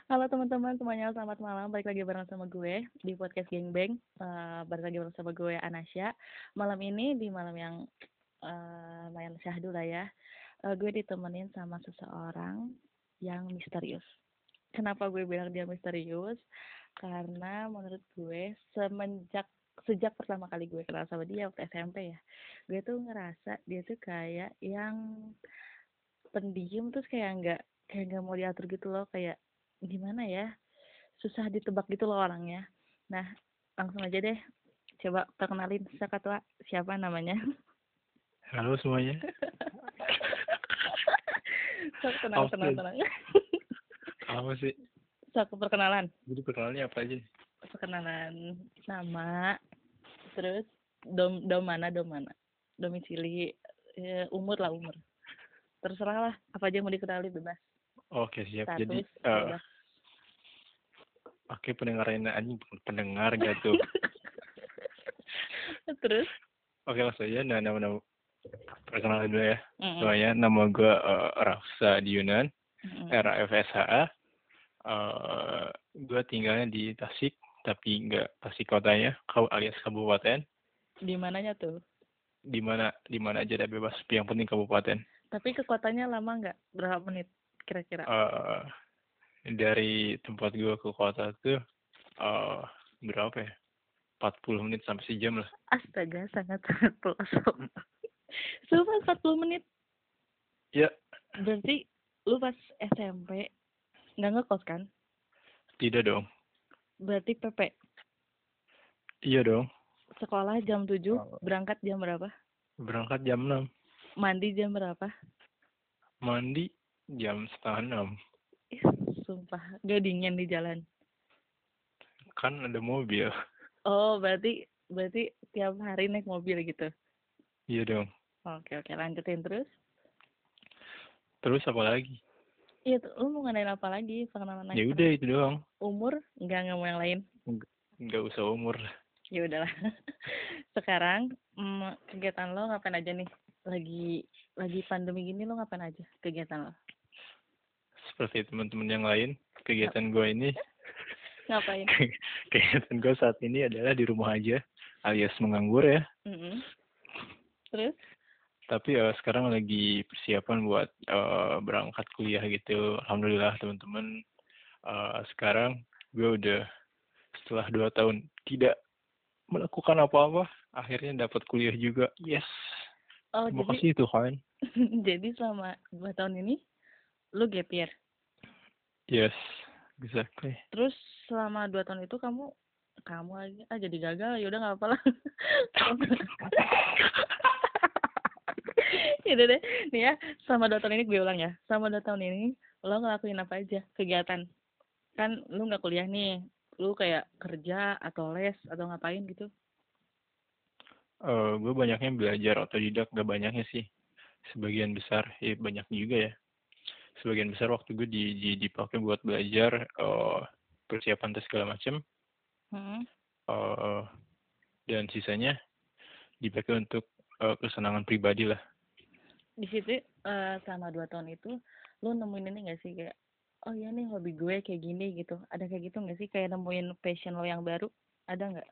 Halo teman-teman semuanya, selamat malam. Balik lagi bareng sama gue di podcast Gengbang. Balik lagi bareng sama gue Anasya. Malam ini di malam yang lumayan syahdu lah ya. Gue ditemenin sama seseorang yang misterius. Kenapa gue bilang dia misterius? Karena menurut gue sejak pertama kali gue kenal sama dia waktu SMP ya, gue tuh ngerasa dia tuh kayak yang pendiam, terus kayak nggak mau diatur gitu loh, kayak gimana ya, susah ditebak gitu loh orangnya. Nah, langsung aja deh, coba perkenalin kakak tua, siapa namanya? Halo semuanya. Sok, tenang, Apa tenang, sih? tenang. Apa sih? Sok, perkenalan. Jadi perkenalannya apa aja? Perkenalan nama, terus dom mana, domisili, umur lah, umur. Terserah lah, apa aja yang mau dikenali bebas. Oke siap. Jadi, Status, bebas. oke pendengar ini anjing pendengar gak tuh? Terus, Oke langsung aja. Nah, nama perkenalan dulu ya. mm Semuanya, nama gue Rafsa Diunan, RAFSHA. Gue tinggalnya di Tasik, tapi nggak Tasik kotanya, alias kabupaten. di mananya tuh? Di mana aja dah bebas. Yang penting kabupaten. Tapi ke kotanya lama nggak? Berapa menit kira-kira? eh dari tempat gue ke kota tuh eh berapa ya? 40 menit sampai sejam lah. Astaga, sangat-sangat pelosok. Sumpah 40 menit. Ya, Berarti lu pas SMP nggak ngekos kan? tidak dong. Berarti PP. Iya dong. Sekolah jam 7, Oh, berangkat jam berapa? berangkat jam 6, Mandi jam berapa? mandi jam setengah 6. Ih, sumpah, gak dingin di jalan. Kan ada mobil. Oh, berarti berarti tiap hari naik mobil gitu. Iya dong. Oke, oke, lanjutin terus. Terus apa lagi? Iya, lu mau ngadain apa lagi? Perkenalan Ya lagi udah terus. itu doang. Umur? Nggak mau yang lain. Nggak usah umur. Ya udahlah. Sekarang kegiatan lo ngapain aja nih? Lagi pandemi gini lo ngapain aja kegiatan lo? Seperti teman-teman yang lain, kegiatan gue ini, Ngapain? kegiatan gue saat ini adalah di rumah aja, alias menganggur ya. Mm-mm. Terus? Tapi sekarang lagi persiapan buat berangkat kuliah gitu. Alhamdulillah teman-teman. Sekarang gue udah setelah 2 tahun tidak melakukan apa-apa, akhirnya dapat kuliah juga. Yes. Oh, Terima jadi kasih Tuhan. jadi selama 2 tahun ini lo gap year. Yes, exactly. Terus selama 2 tahun itu kamu lagi jadi gagal, ya udah nggak apa lah. Ya udah deh, nih ya, selama 2 tahun ini gue ulang ya. Selama 2 tahun ini lo ngelakuin apa aja kegiatan? Kan lu nggak kuliah nih, lu kayak kerja atau les atau ngapain gitu? Gue banyaknya belajar otodidak, gak banyaknya sih. Sebagian besar, ya banyak juga ya. Sebagian besar waktu gue dipakai buat belajar, persiapan tes segala macam. Hmm. Uh, dan sisanya dipakai untuk kesenangan pribadi lah. Di situ selama 2 tahun itu lu nemuin ini nggak sih, kayak oh iya nih hobi gue kayak gini gitu, ada kayak gitu nggak sih, kayak nemuin passion lo yang baru, ada nggak?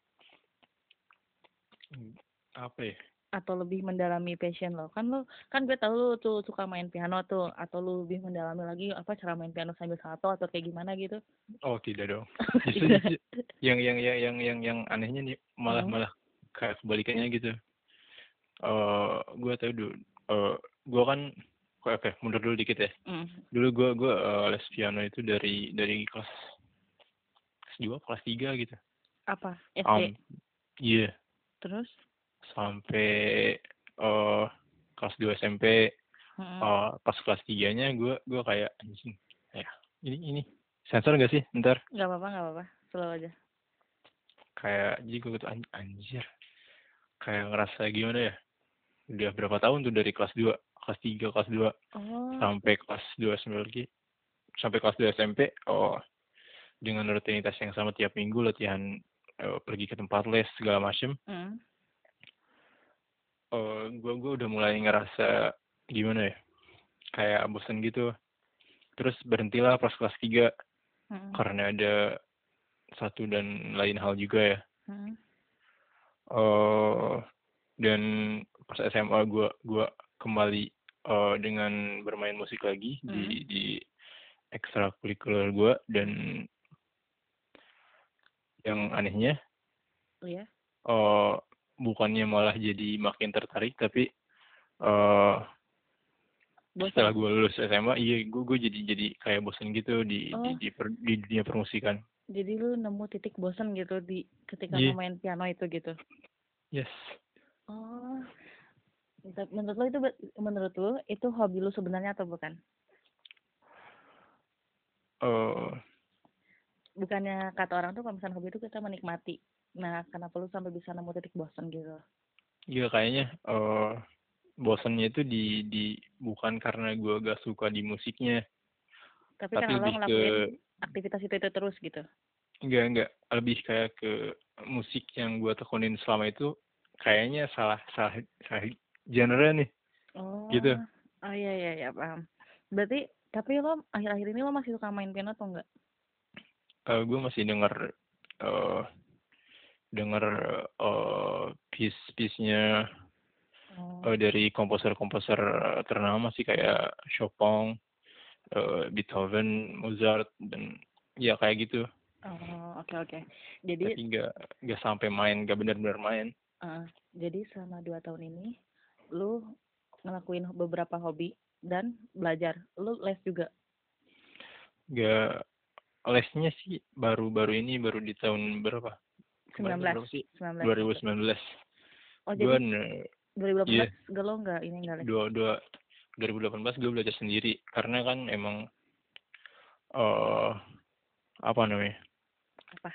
Apa ya? Atau lebih mendalami passion lo, kan gue tahu lu tuh suka main piano tuh, atau lu lebih mendalami lagi apa cara main piano sambil salto atau kayak gimana gitu? Oh tidak dong. Tidak. Justru yang anehnya nih malah Hmm. malah kayak kebalikannya gitu. Gue tahu dulu. Gue kan, oke mundur dulu dikit ya. Hmm. Dulu gue les piano itu dari kelas 2 kelas 3 gitu. Apa SD? Iya, yeah, Terus? sampai uh, kelas 2 SMP. Hmm. Pas kelas 3-nya gue kayak anjing. Ya, ini sensor gak sih? Ntar Nggak apa-apa, selalu aja. kayak jadi gue tuh anjir. Kayak ngerasa gimana ya? Udah berapa tahun tuh dari kelas 2 kelas 3 kelas 2 Oh. sampai kelas 2 SMP lagi. Sampai kelas 2 SMP, dengan rutinitas yang sama tiap minggu latihan, pergi ke tempat les segala macem. Hmm. Gue udah mulai ngerasa gimana ya, kayak bosen gitu. Terus berhentilah pas kelas 3. Mm-mm. karena ada satu dan lain hal juga ya. Mm-mm. Dan pas SMA gue kembali dengan bermain musik lagi di ekstrakurikuler gue, dan yang anehnya Iya. bukannya malah jadi makin tertarik, tapi setelah Bosan. gue lulus SMA, iya gue jadi kayak bosan gitu Oh, di dunia permusikan. jadi lu nemu titik bosan gitu di ketika Iya, lu main piano itu gitu. yes. Oh, menurut lu itu hobi lu sebenarnya atau bukan? eh Bukannya kata orang tuh kalau misalnya hobi itu kita menikmati. Nah, kenapa lu sampai bisa nemu titik bosan gitu? Iya kayaknya bosannya itu di bukan karena gue gak suka di musiknya, Tapi tapi karena lo lebih ke ngelakuin aktivitas itu terus gitu. enggak lebih kayak ke musik yang gue tekunin selama itu kayaknya salah salah salah genre nih gitu. Oh, oh iya paham. Berarti tapi lo akhir-akhir ini lo masih suka main piano atau enggak? Gue masih eh denger piece-piece-nya Oh, dari komposer-komposer ternama sih, kayak Chopin, Beethoven, Mozart, dan ya kayak gitu. oh oke. Jadi, Tapi nggak sampai main, nggak benar-benar main. eh, jadi selama 2 tahun ini, lu ngelakuin beberapa hobi dan belajar. Lu les juga. Nggak, lesnya sih baru-baru ini, baru di tahun berapa? Kemarin 19, tahun berapa sih? 19 maksud. 2019. Oh Gue jadi iya 2018 gak lo nggak ini nggak les? 2018 gue belajar sendiri karena kan emang apa namanya, Apa?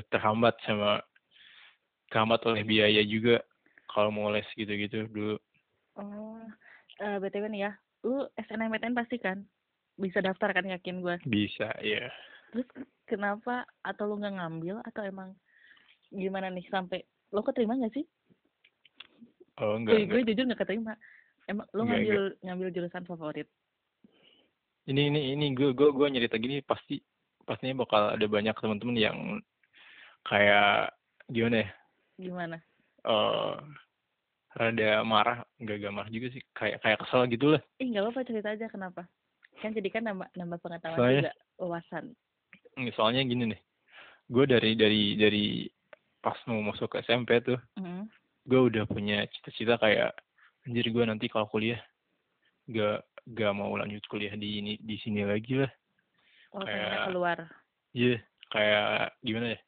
terhambat oleh biaya juga kalau mau les gitu-gitu dulu. Oh, BTW nih ya, lu SNMPTN pasti kan? Bisa daftar kan yakin gue. Bisa ya. Terus kenapa atau lu nggak ngambil atau emang gimana nih sampai lo keterima nggak sih? Oh enggak Gue jujur nggak keterima. Emang lo enggak. ngambil jurusan favorit? Ini gue nyerita gini pastinya bakal ada banyak teman-teman yang kayak gimana ya, Gimana? eh rada marah, enggak marah juga sih, kayak kesel gitu lah. Nggak apa-apa cerita aja kenapa? Kan jadi kan nambah pengetahuan soalnya juga, wawasan. soalnya gini nih, gue dari pas mau masuk ke SMP tuh, Mm-hmm. gue udah punya cita-cita kayak anjir, gue nanti kalau kuliah gak gak mau lanjut kuliah di sini lagi lah. Oh pengennya Kayak keluar. iya, kayak gimana ya,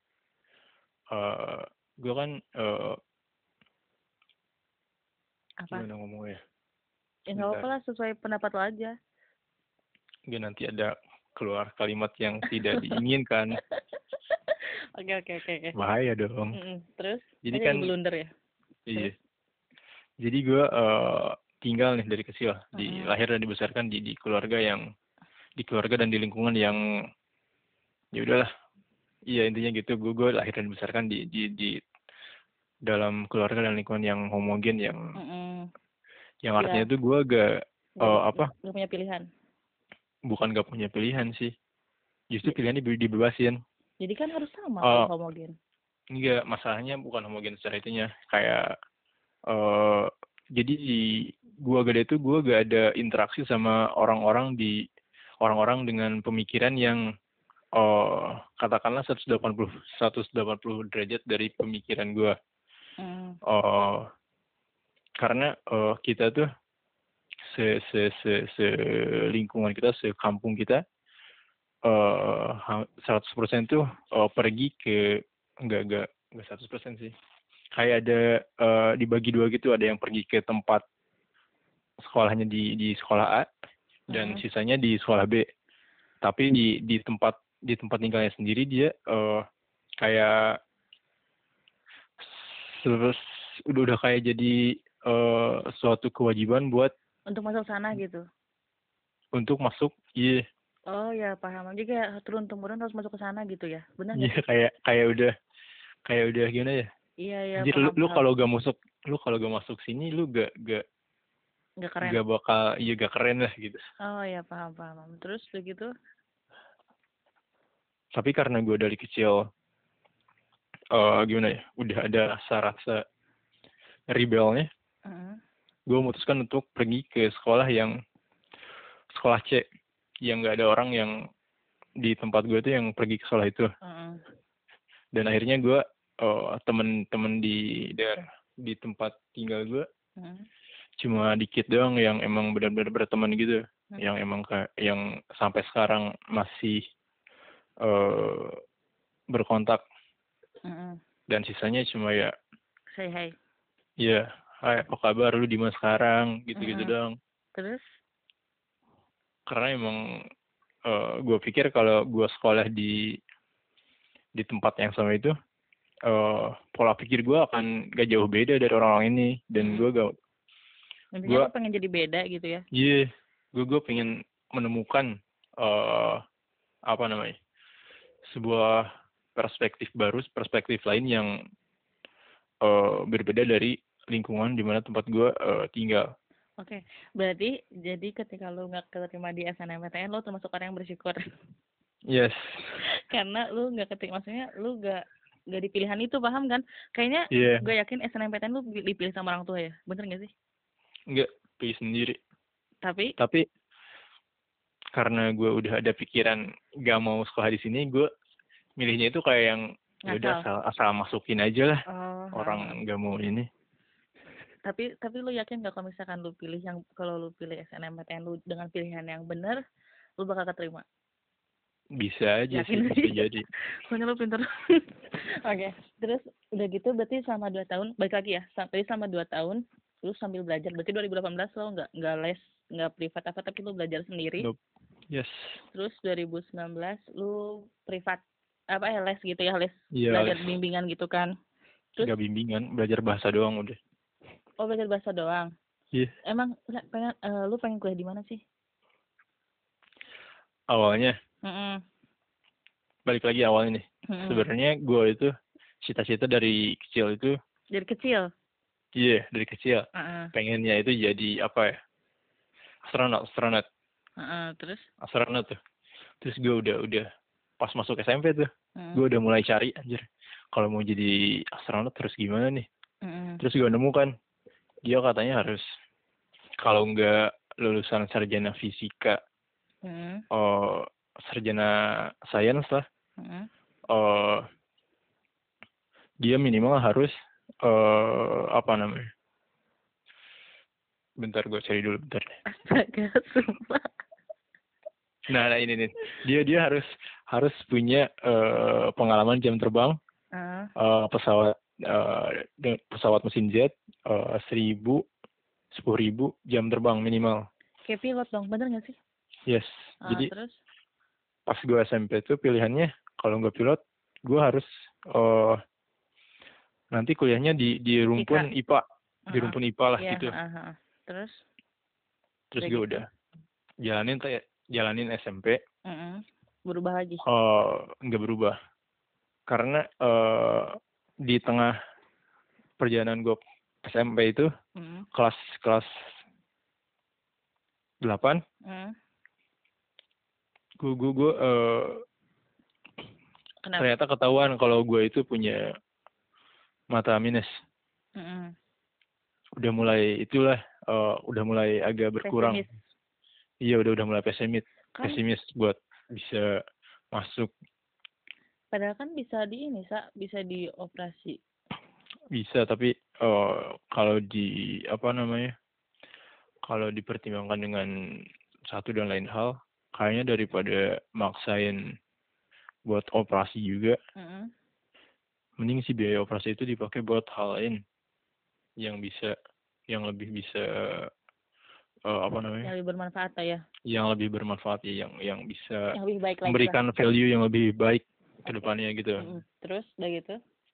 gue kan Apa? gimana ngomongnya, Ya nggak sebentar, apa-apa lah sesuai pendapat lo aja. gak nanti ada keluar kalimat yang tidak diinginkan, Oke. bahaya dong. Terus? Jadi Jadi kan blunder ya? iya, Terus? jadi gue tinggal nih dari kecil, Mm-mm. lahir dan dibesarkan di keluarga dan di lingkungan yang ya udahlah, iya intinya gitu. Gue lahir dan dibesarkan di dalam keluarga dan lingkungan yang homogen, Mm-mm. yang artinya Ya, tuh gue gak apa, nggak punya pilihan. bukan gak punya pilihan sih, justru J- pilihannya dibebasin. jadi kan harus sama kalau uh, homogen. Enggak, masalahnya bukan homogen secara itunya, kayak eh jadi di gua gede itu gua gak ada interaksi sama orang-orang dengan pemikiran yang katakanlah 180 derajat dari pemikiran gua. Mm. eh karena kita tuh se lingkungan kita, sekampung kita, 100% tuh pergi ke, enggak 100% sih, kayak ada dibagi dua gitu, ada yang pergi ke tempat sekolahnya di sekolah A dan Mm. sisanya di sekolah B. Tapi di tempat tinggalnya sendiri dia kayak udah kayak jadi suatu kewajiban buat Untuk masuk sana gitu. untuk masuk. Iya. Oh ya paham. Jadi kayak turun temurun harus masuk ke sana gitu ya. Benar Iya, nggak sih? kayak udah gimana ya, Iya anjir, lu paham lu paham. kalau gak masuk lu kalau gak masuk sini, lu Nggak keren. gak bakal, iya, gak keren lah gitu. Oh ya paham. Terus begitu? Tapi karena gue dari kecil gimana ya, udah ada rasa rebelnya, gue memutuskan untuk pergi ke sekolah C, yang nggak ada orang yang di tempat gue tuh yang pergi ke sekolah itu. Dan akhirnya gue temen-temen di daerah di tempat tinggal gue cuma dikit doang yang emang benar-benar berteman gitu, yang emang yang sampai sekarang masih berkontak. Dan sisanya cuma ya say hi. Ya, hai, apa kabar, lu di mana sekarang, gitu-gitu doang. Terus? Karena emang gue pikir kalau gue sekolah di tempat yang sama itu, pola pikir gue akan gak jauh beda dari orang-orang ini. Dan gue intinya lu pengen jadi beda gitu ya? Iya, gue pengen menemukan apa namanya, sebuah perspektif baru, perspektif lain yang berbeda dari lingkungan di mana tempat gue tinggal. Oke, berarti jadi ketika lu nggak keterima di SNMPTN, lu termasuk orang yang bersyukur. Yes. Karena lu nggak keterima, maksudnya lu nggak di pilihan itu, paham kan? Kayaknya gue yakin SNMPTN lu dipilih sama orang tua ya, bener nggak sih? Enggak, pilih sendiri. Tapi karena gue udah ada pikiran gak mau sekolah di sini, gue milihnya itu kayak yang udah asal masukin aja lah. Orang gak mau ini. Tapi lu yakin gak kalau misalkan lu pilih kalau lu pilih SNMPTN lu dengan pilihan yang benar, lu bakal keterima? Bisa aja sih, bisa jadi. Soalnya lu pinter. Oke, terus udah gitu berarti selama 2 tahun, balik lagi ya, sampai selama 2 tahun lu sambil belajar. Berarti 2018 lo nggak les, nggak privat apa, tapi lu belajar sendiri. Nope. Yes. Terus 2019 lu privat apa ya, les gitu ya, les belajar bimbingan gitu kan? Terus nggak bimbingan, belajar bahasa doang udah. Oh, belajar bahasa doang. Iya. Emang lu pengen kuliah di mana sih? Awalnya. Balik lagi awalnya nih. Sebenarnya gue itu cita-cita dari kecil itu. Dari kecil? Iya, dari kecil. Pengennya itu jadi apa ya? Astronot. Terus? Astronot tuh. Terus gue udah pas masuk SMP tuh, gue udah mulai cari, anjir, kalau mau jadi astronot terus gimana nih? Terus gue nemu kan, dia katanya harus, kalau nggak lulusan sarjana fisika, sarjana sains lah, dia minimal harus apa namanya? Bentar, gue cari dulu bentar. Astaga, sumpah. Nah ini nih, dia harus punya pengalaman jam terbang, pesawat mesin jet 1000, 10.000 jam terbang minimal. Kayak pilot dong, bener nggak sih? Yes. Jadi terus? Pas gue SMP tuh pilihannya, kalau nggak pilot, gue harus nanti kuliahnya di rumpun IPA, di rumpun IPA lah gitu. Terus gue gitu. Udah jalanin SMP. Berubah lagi? Nggak berubah, karena di tengah perjalanan gue SMP itu, kelas 8, gue ternyata ketahuan kalau gue itu punya mata minus. Udah mulai agak berkurang. Pesimis. Iya, udah mulai pesimis buat bisa masuk. Padahal kan bisa bisa dioperasi. Bisa, tapi kalau kalau dipertimbangkan dengan satu dan lain hal, kayaknya daripada maksain buat operasi juga, mending sih biaya operasi itu dipakai buat hal lain yang lebih bisa yang lebih bermanfaat ya. Yang lebih bermanfaat ya, yang bisa yang lebih baik memberikan value yang lebih baik ke depannya gitu. Terus udah gitu?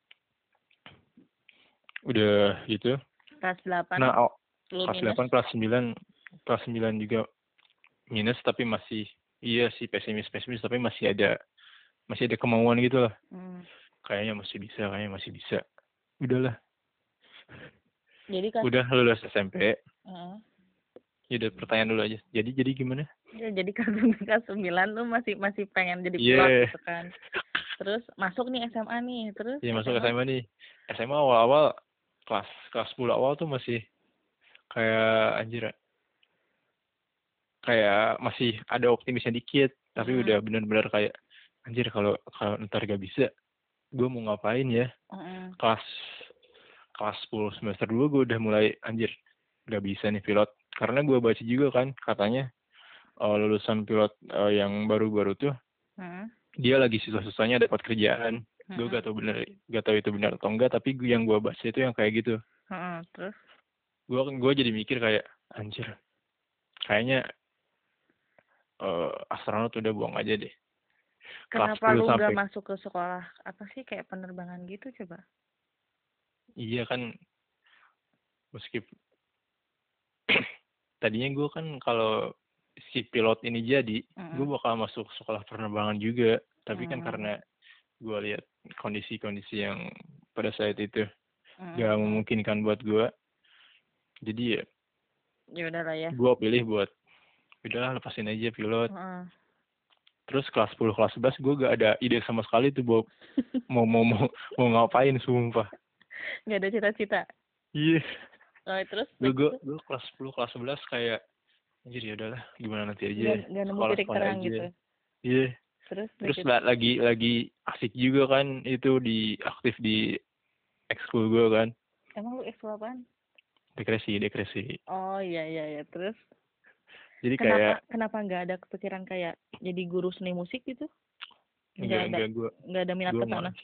Udah gitu. Kelas 8. Nah, kelas 8, kelas 9 juga minus, tapi masih sih pesimis tapi masih ada kemauan gitu lah. Kayaknya masih bisa. Udahlah. Jadi udah lulus SMP. Ya udah pertanyaan dulu aja. Jadi gimana? Ya, jadi kelas 9 lu masih pengen jadi pilot Iya. gitu kan. Terus masuk nih SMA nih. Terus Iya masuk SMA nih. SMA awal-awal kelas 10 awal tuh masih kayak anjir, kayak masih ada optimisnya dikit, tapi udah benar-benar kayak anjir kalau ntar gak bisa, gue mau ngapain ya? Kelas 10 semester 2 gue udah mulai anjir gak bisa nih pilot, karena gue baca juga kan katanya lulusan pilot yang baru-baru tuh dia lagi susah-susahnya dapat kerjaan. Gue gak tahu itu benar atau enggak, tapi yang gue baca itu yang kayak gitu. Terus gue jadi mikir kayak anjir, kayaknya astronot udah buang aja deh. kenapa lu gak masuk ke sekolah apa sih kayak penerbangan gitu coba? Iya kan, meskipun tadinya gue kan kalau si pilot ini jadi, gue bakal masuk sekolah penerbangan juga, tapi kan karena gue lihat kondisi-kondisi yang pada saat itu gak memungkinkan buat gue, jadi ya udahlah ya, gue pilih buat udahlah lepasin aja pilot. Terus kelas 10 kelas 11 gue gak ada ide sama sekali tuh Bob. mau ngapain sumpah. Gak ada cita-cita. Iya. Terus gue kelas 10 kelas 11 kayak anjir ya udahlah gimana nanti aja. Gak nemu titik terang aja. Gitu. Iya. Terus lagi asik juga kan itu aktif di ekskul gue kan. Emang lu ekskul apaan? Dekresi. Oh iya. Terus jadi kenapa nggak ada kepikiran kayak jadi guru seni musik gitu? Enggak, nggak ada minat ke sana.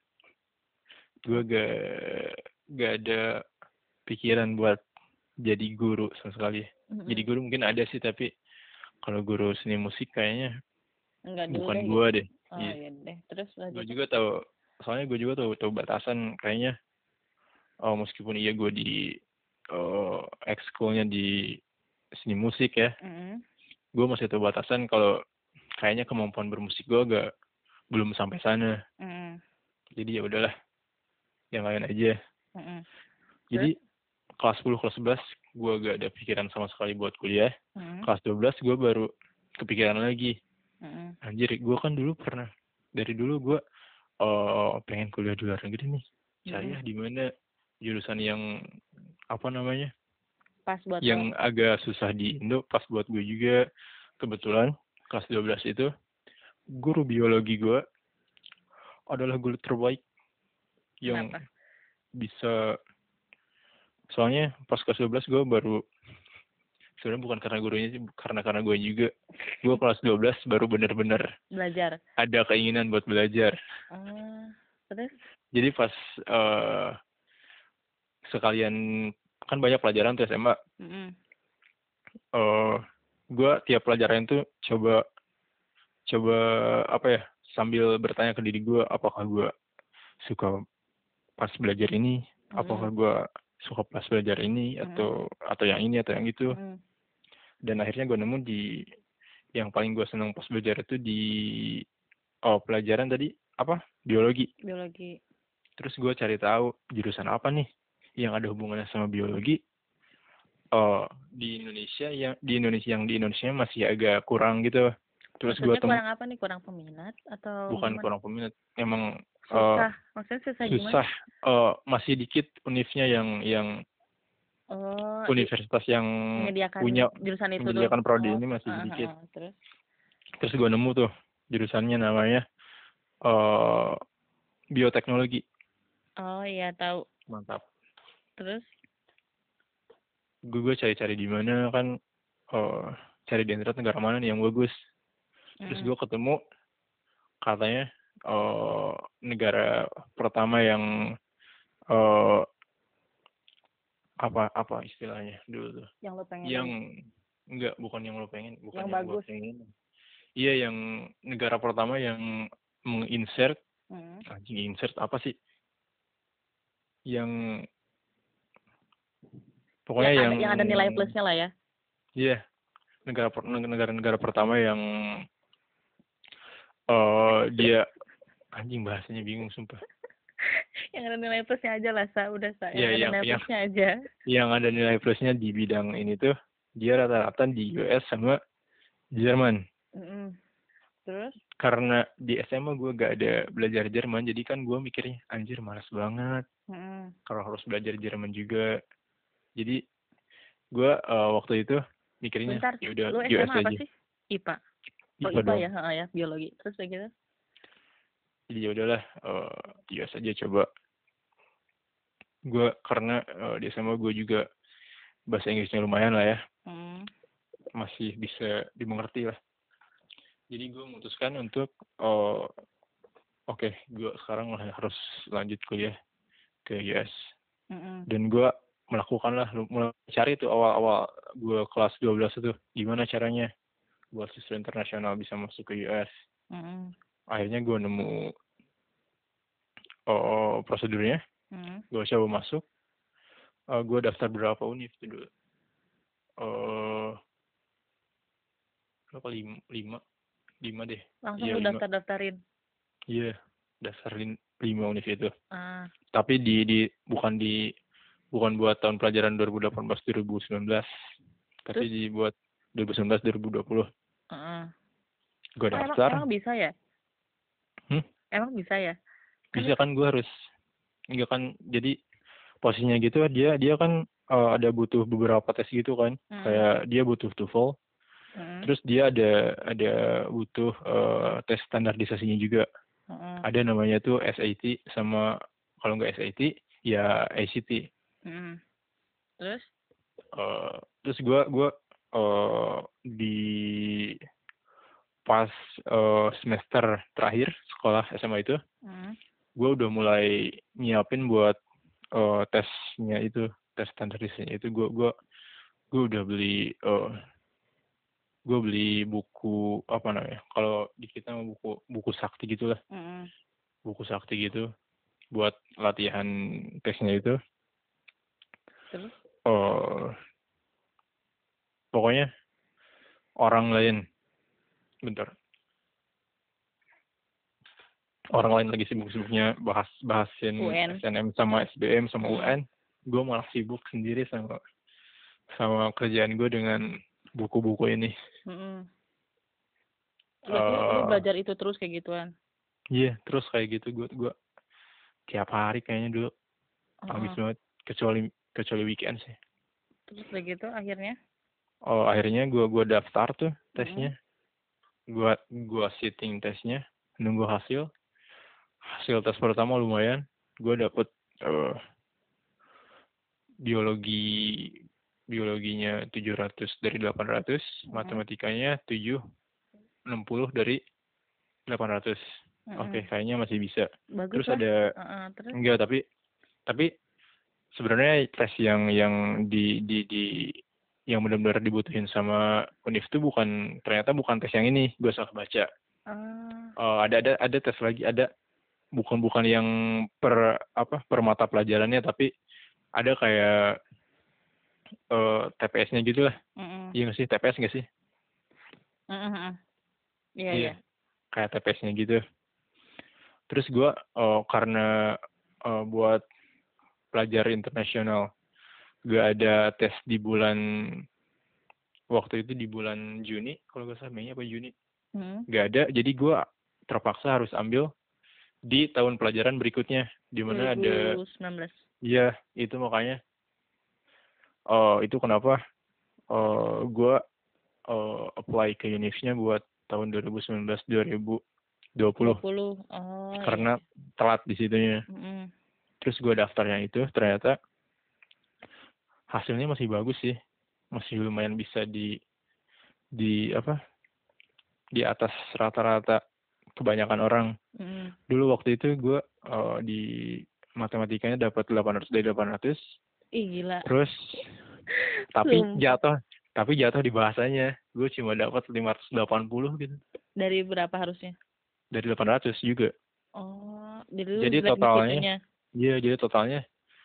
Gue gak ada pikiran buat jadi guru sama sekali. Jadi guru mungkin ada sih, tapi kalau guru seni musik kayaknya bukan gue deh. Oh iya deh. Terus gue juga tahu batasan kayaknya. Meskipun iya gue di ekskulnya di seni musik ya, gue masih tahu batasan kalau kayaknya kemampuan bermusik gue belum sampai sana. Jadi ya udahlah, yang lain aja. Jadi kelas 10 kelas 11 gue gak ada pikiran sama sekali buat kuliah. Kelas 12 gue baru kepikiran lagi. Anjir, gue kan dari dulu gue pengen kuliah di luar negeri nih. Saya di mana jurusan yang apa namanya? Pas buat yang agak susah di Indo, pas buat gue juga. Kebetulan kelas 12 itu guru biologi gue adalah guru terbaik yang bisa. Soalnya pas kelas 12 gue baru, sebenarnya bukan karena gurunya sih, karena gue juga. Gue kelas 12 baru bener-bener belajar, ada keinginan buat belajar. Terus? Jadi pas sekalian kan banyak pelajaran tuh SMA. Gue tiap pelajaran tuh coba apa ya, sambil bertanya ke diri gue, apakah gue suka pas belajar ini, apakah gue suka pas belajar ini atau yang ini atau yang itu. Dan akhirnya gue nemu di yang paling gue senang pas belajar itu di pelajaran tadi apa, biologi. Terus gue cari tahu jurusan apa nih yang ada hubungannya sama biologi. Di Indonesia masih agak kurang gitu. Terus gue kurang apa nih, kurang peminat atau bukan gimana? Kurang peminat, emang susah. Maksudnya susah. Masih dikit univnya yang universitas yang punya jurusan itu menyediakan prodi ini masih sedikit. Terus gue nemu tuh jurusannya namanya bioteknologi. Oh iya, tahu. Mantap. Terus gue cari-cari di mana kan, cari di internet negara mana nih yang bagus. Terus gue ketemu katanya negara pertama yang apa istilahnya dulu tuh, yang lo pengen, yang enggak, bukan yang lo pengen, bukan yang bagus. Iya, yang negara pertama yang menginsert insert apa sih, yang pokoknya yang ada nilai plusnya lah ya. Iya, negara pertama yang dia anjing bahasanya bingung sumpah. Yang ada nilai plusnya aja lah, udah Iya, yang ada nilai plusnya aja. Yang ada nilai plusnya di bidang ini tuh, dia rata-rata di US sama Jerman. Terus? Karena di SMA gue gak ada belajar Jerman, jadi kan gue mikirnya anjir malas banget kalau harus belajar Jerman juga. Jadi gue waktu itu mikirnya Bentar, ya udah lu US SMA apa aja. sih? IPA. Oh IPA IPA dong. ya, ya biologi. Terus kayak gitu? Jadi ya udahlah US aja coba. Gue karena di SMA gue juga bahasa Inggrisnya lumayan lah ya, masih bisa dimengerti lah. Jadi gue memutuskan untuk oke, gue sekarang harus lanjut kuliah ke US. Dan gue melakukan lah, mulai cari tuh awal-awal gue kelas 12 itu gimana caranya buat siswa internasional bisa masuk ke US. Akhirnya gue nemu prosedurnya, gue coba masuk. Gue daftar berapa univ itu dulu? Berapa? 5 deh. Langsung Iya, lu daftarin? Iya, daftarin 5 univ itu. Tapi bukan buat tahun pelajaran 2018-2019, tapi dibuat 2019-2020. Gue daftar. Emang bisa ya? Emang bisa ya? Bisa kan, gue harus enggak kan, jadi posisinya gitu dia kan ada butuh beberapa tes gitu kan. Kayak dia butuh TOEFL. Terus dia ada butuh tes standarisasinya juga. Ada namanya tuh SAT sama kalau nggak SAT ya ACT. Terus gue di pas semester terakhir sekolah SMA itu, gue udah mulai nyiapin buat tesnya itu, tes standarisasinya itu. Gue udah beli buku apa namanya, kalau di kita buku sakti gitulah, buku sakti gitu buat latihan tesnya itu. Terus? Pokoknya orang lain lagi sibuk-sibuknya bahasin UN. SNM sama SBM sama UN, gue malah sibuk sendiri sama kerjaan gue dengan buku-buku ini. Lu belajar itu terus kayak gituan? Iya, terus kayak gitu gue tiap hari kayaknya dulu, habis banget, kecuali weekend sih. Terus begitu akhirnya? Akhirnya gue daftar tuh tesnya, gue sitting tesnya, nunggu hasil tes pertama lumayan, gue dapet biologinya 700 dari 800, matematikanya 760 dari 800. Oke, kayaknya masih bisa. Bagus terus lah. ada Terus? Enggak, tapi sebenarnya tes yang di yang benar-benar dibutuhin sama univ itu ternyata bukan tes yang ini, gue salah baca. Ada tes lagi, ada bukan yang per mata pelajarannya, tapi ada kayak TPS-nya gitu lah. Iya nggak sih, TPS nggak sih? Iya. Kayak TPS-nya gitu. Terus gue karena buat pelajar internasional gak ada tes di waktu itu di bulan Juni, kalau nggak salah, Mei apa Juni, gak ada. Jadi gue terpaksa harus ambil di tahun pelajaran berikutnya, di mana 2019. ada. Iya, itu makanya itu kenapa gue apply ke UNIF-nya buat tahun 2019-2020. Karena telat di situnya. Terus gue daftarnya itu, ternyata hasilnya masih bagus sih, masih lumayan bisa di atas rata-rata kebanyakan orang. Dulu waktu itu gue di matematikanya dapat 800 dari 800. Ih gila. Terus tapi jatuh di bahasanya, gue cuma dapat 580 gitu. Dari berapa harusnya? Dari 800 juga. Jadi totalnya? Iya, jadi totalnya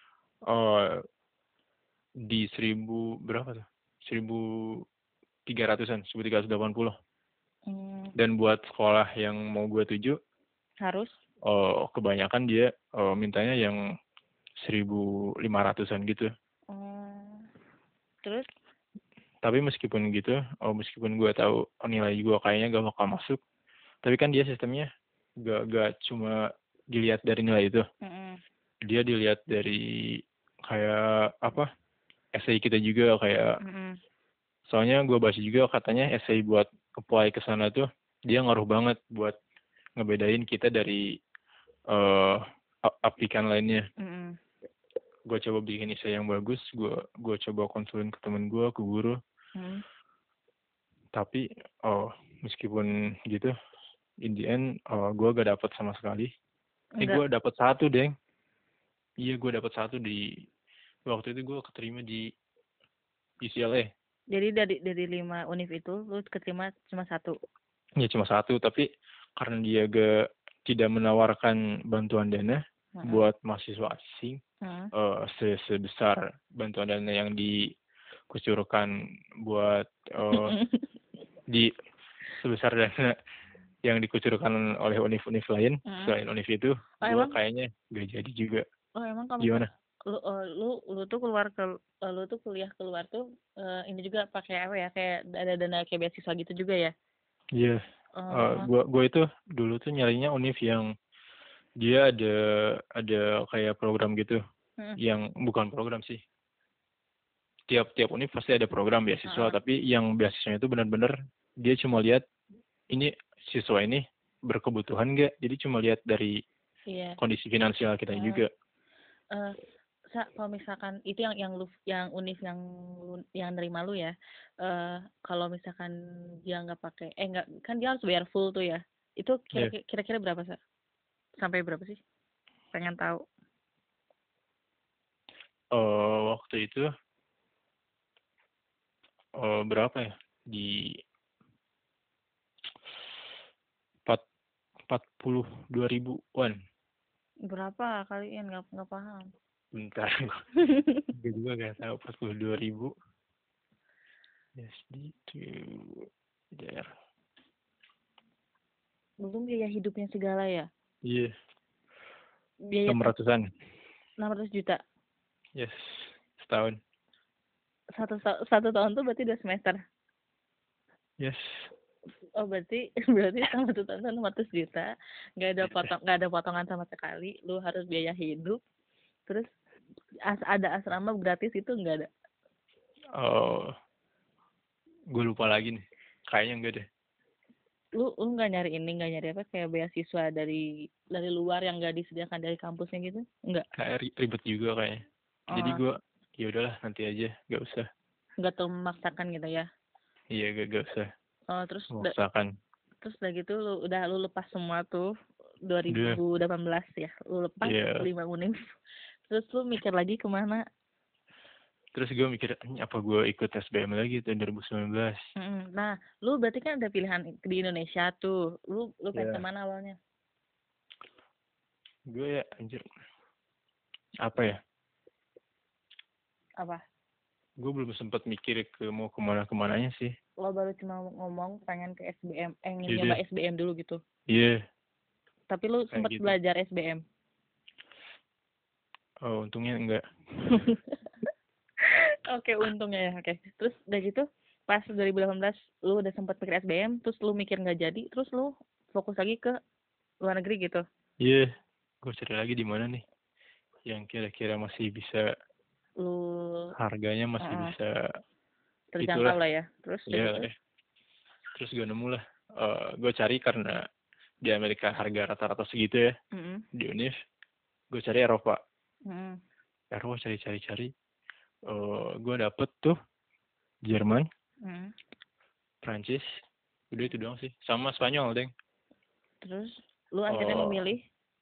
di 1000 berapa tuh? 1300-an, 1380. Dan buat sekolah yang mau gue tuju, harus kebanyakan dia mintanya yang 1500-an gitu. Terus? Tapi meskipun gitu, meskipun gue tahu nilai gue kayaknya gak bakal masuk, tapi kan dia sistemnya gak cuma dilihat dari nilai itu. Dia dilihat dari kayak apa, essay kita juga kayak, soalnya gue baca juga katanya essay buat apply ke sana tuh dia ngaruh banget buat ngebedain kita dari aplikan lainnya. Gue coba bikin essay yang bagus, gue coba konsulin ke temen gue, ke guru. Tapi meskipun gitu, in the end gue gak dapet sama sekali. Gue dapet 1 deng. Iya, gue dapet 1 di waktu itu gue keterima di UCLA. Jadi dari 5 univ itu lu keterima cuma 1? Ya cuma 1, tapi karena dia tidak menawarkan bantuan dana buat mahasiswa asing sebesar bantuan dana yang dikucurkan buat sebesar dana yang dikucurkan oleh univ-univ lain selain univ itu, gue kayaknya gak jadi juga. Emang kamu gimana? Lu tuh lu tuh kuliah keluar tuh ini juga pakai apa ya, kayak ada dana kayak beasiswa gitu juga ya? Iya. Gue itu dulu tuh nyarinya univ yang dia ada kayak program gitu, yang bukan program sih. Tiap univ pasti ada program beasiswa, tapi yang beasiswanya itu benar-benar dia cuma lihat ini siswa ini berkebutuhan nggak, jadi cuma lihat dari kondisi finansial kita juga. Kalau misalkan itu yang univ yang nerima lu ya, kalau misalkan dia nggak pakai nggak, kan dia harus bayar full tuh ya, itu kira-kira berapa Sa? Sampai berapa sih, pengen tahu. Waktu itu berapa ya, di 42.000-an. Berapa kalian, nggak paham. Bentar, gue juga gak tahu. 42.000 USD to belum biaya hidupnya segala ya? Iya. Biaya 600-an. 600 juta. Yes, setahun. Satu tahun tuh berarti 2 semester. Yes. Berarti sama 1 tahun 600 juta, nggak ada potongan sama sekali. Lu harus biaya hidup, terus ada asrama gratis itu nggak ada. Gue lupa lagi nih, kayaknya enggak deh. Lu nggak nyari apa kayak beasiswa dari luar yang nggak disediakan dari kampusnya gitu? Nggak? Kayak ribet juga kayaknya. Jadi gue ya udahlah, nanti aja, nggak usah. Nggak terlalu memaksakan gitu ya? Iya, gak usah. Terus memaksakan. Terus udah gitu lu lepas semua tuh 2018 ya, lu lepas 5 univ. Terus lu mikir lagi kemana? Terus gue mikir, apa gue ikut SBM lagi tahun 2019. Nah, lu berarti kan ada pilihan di Indonesia tuh. Lu pengen kemana awalnya? Gue ya, anjir. Apa ya? Apa? Gue belum sempat mikir mau kemana-kemananya sih. Lo baru cuma ngomong pengen ke SBM, nyoba SBM dulu gitu? Iya. Tapi lu sempat belajar SBM? Untungnya enggak. Oke, untungnya ya. Oke. Terus udah gitu, pas 2018 lu udah sempat pikir SBM, terus lu mikir nggak jadi, terus lu fokus lagi ke luar negeri gitu? Iya. Gue cari lagi di mana nih yang kira-kira masih bisa, harganya masih bisa terjangkau lah ya. Terus terus gue nemu lah. Gue cari karena di Amerika harga rata-rata segitu ya. Di univ gue cari Eropa. Eropa cari. Gue dapet tuh Jerman, Prancis, udah itu doang sih, sama Spanyol deng. Terus lu akhirnya memilih?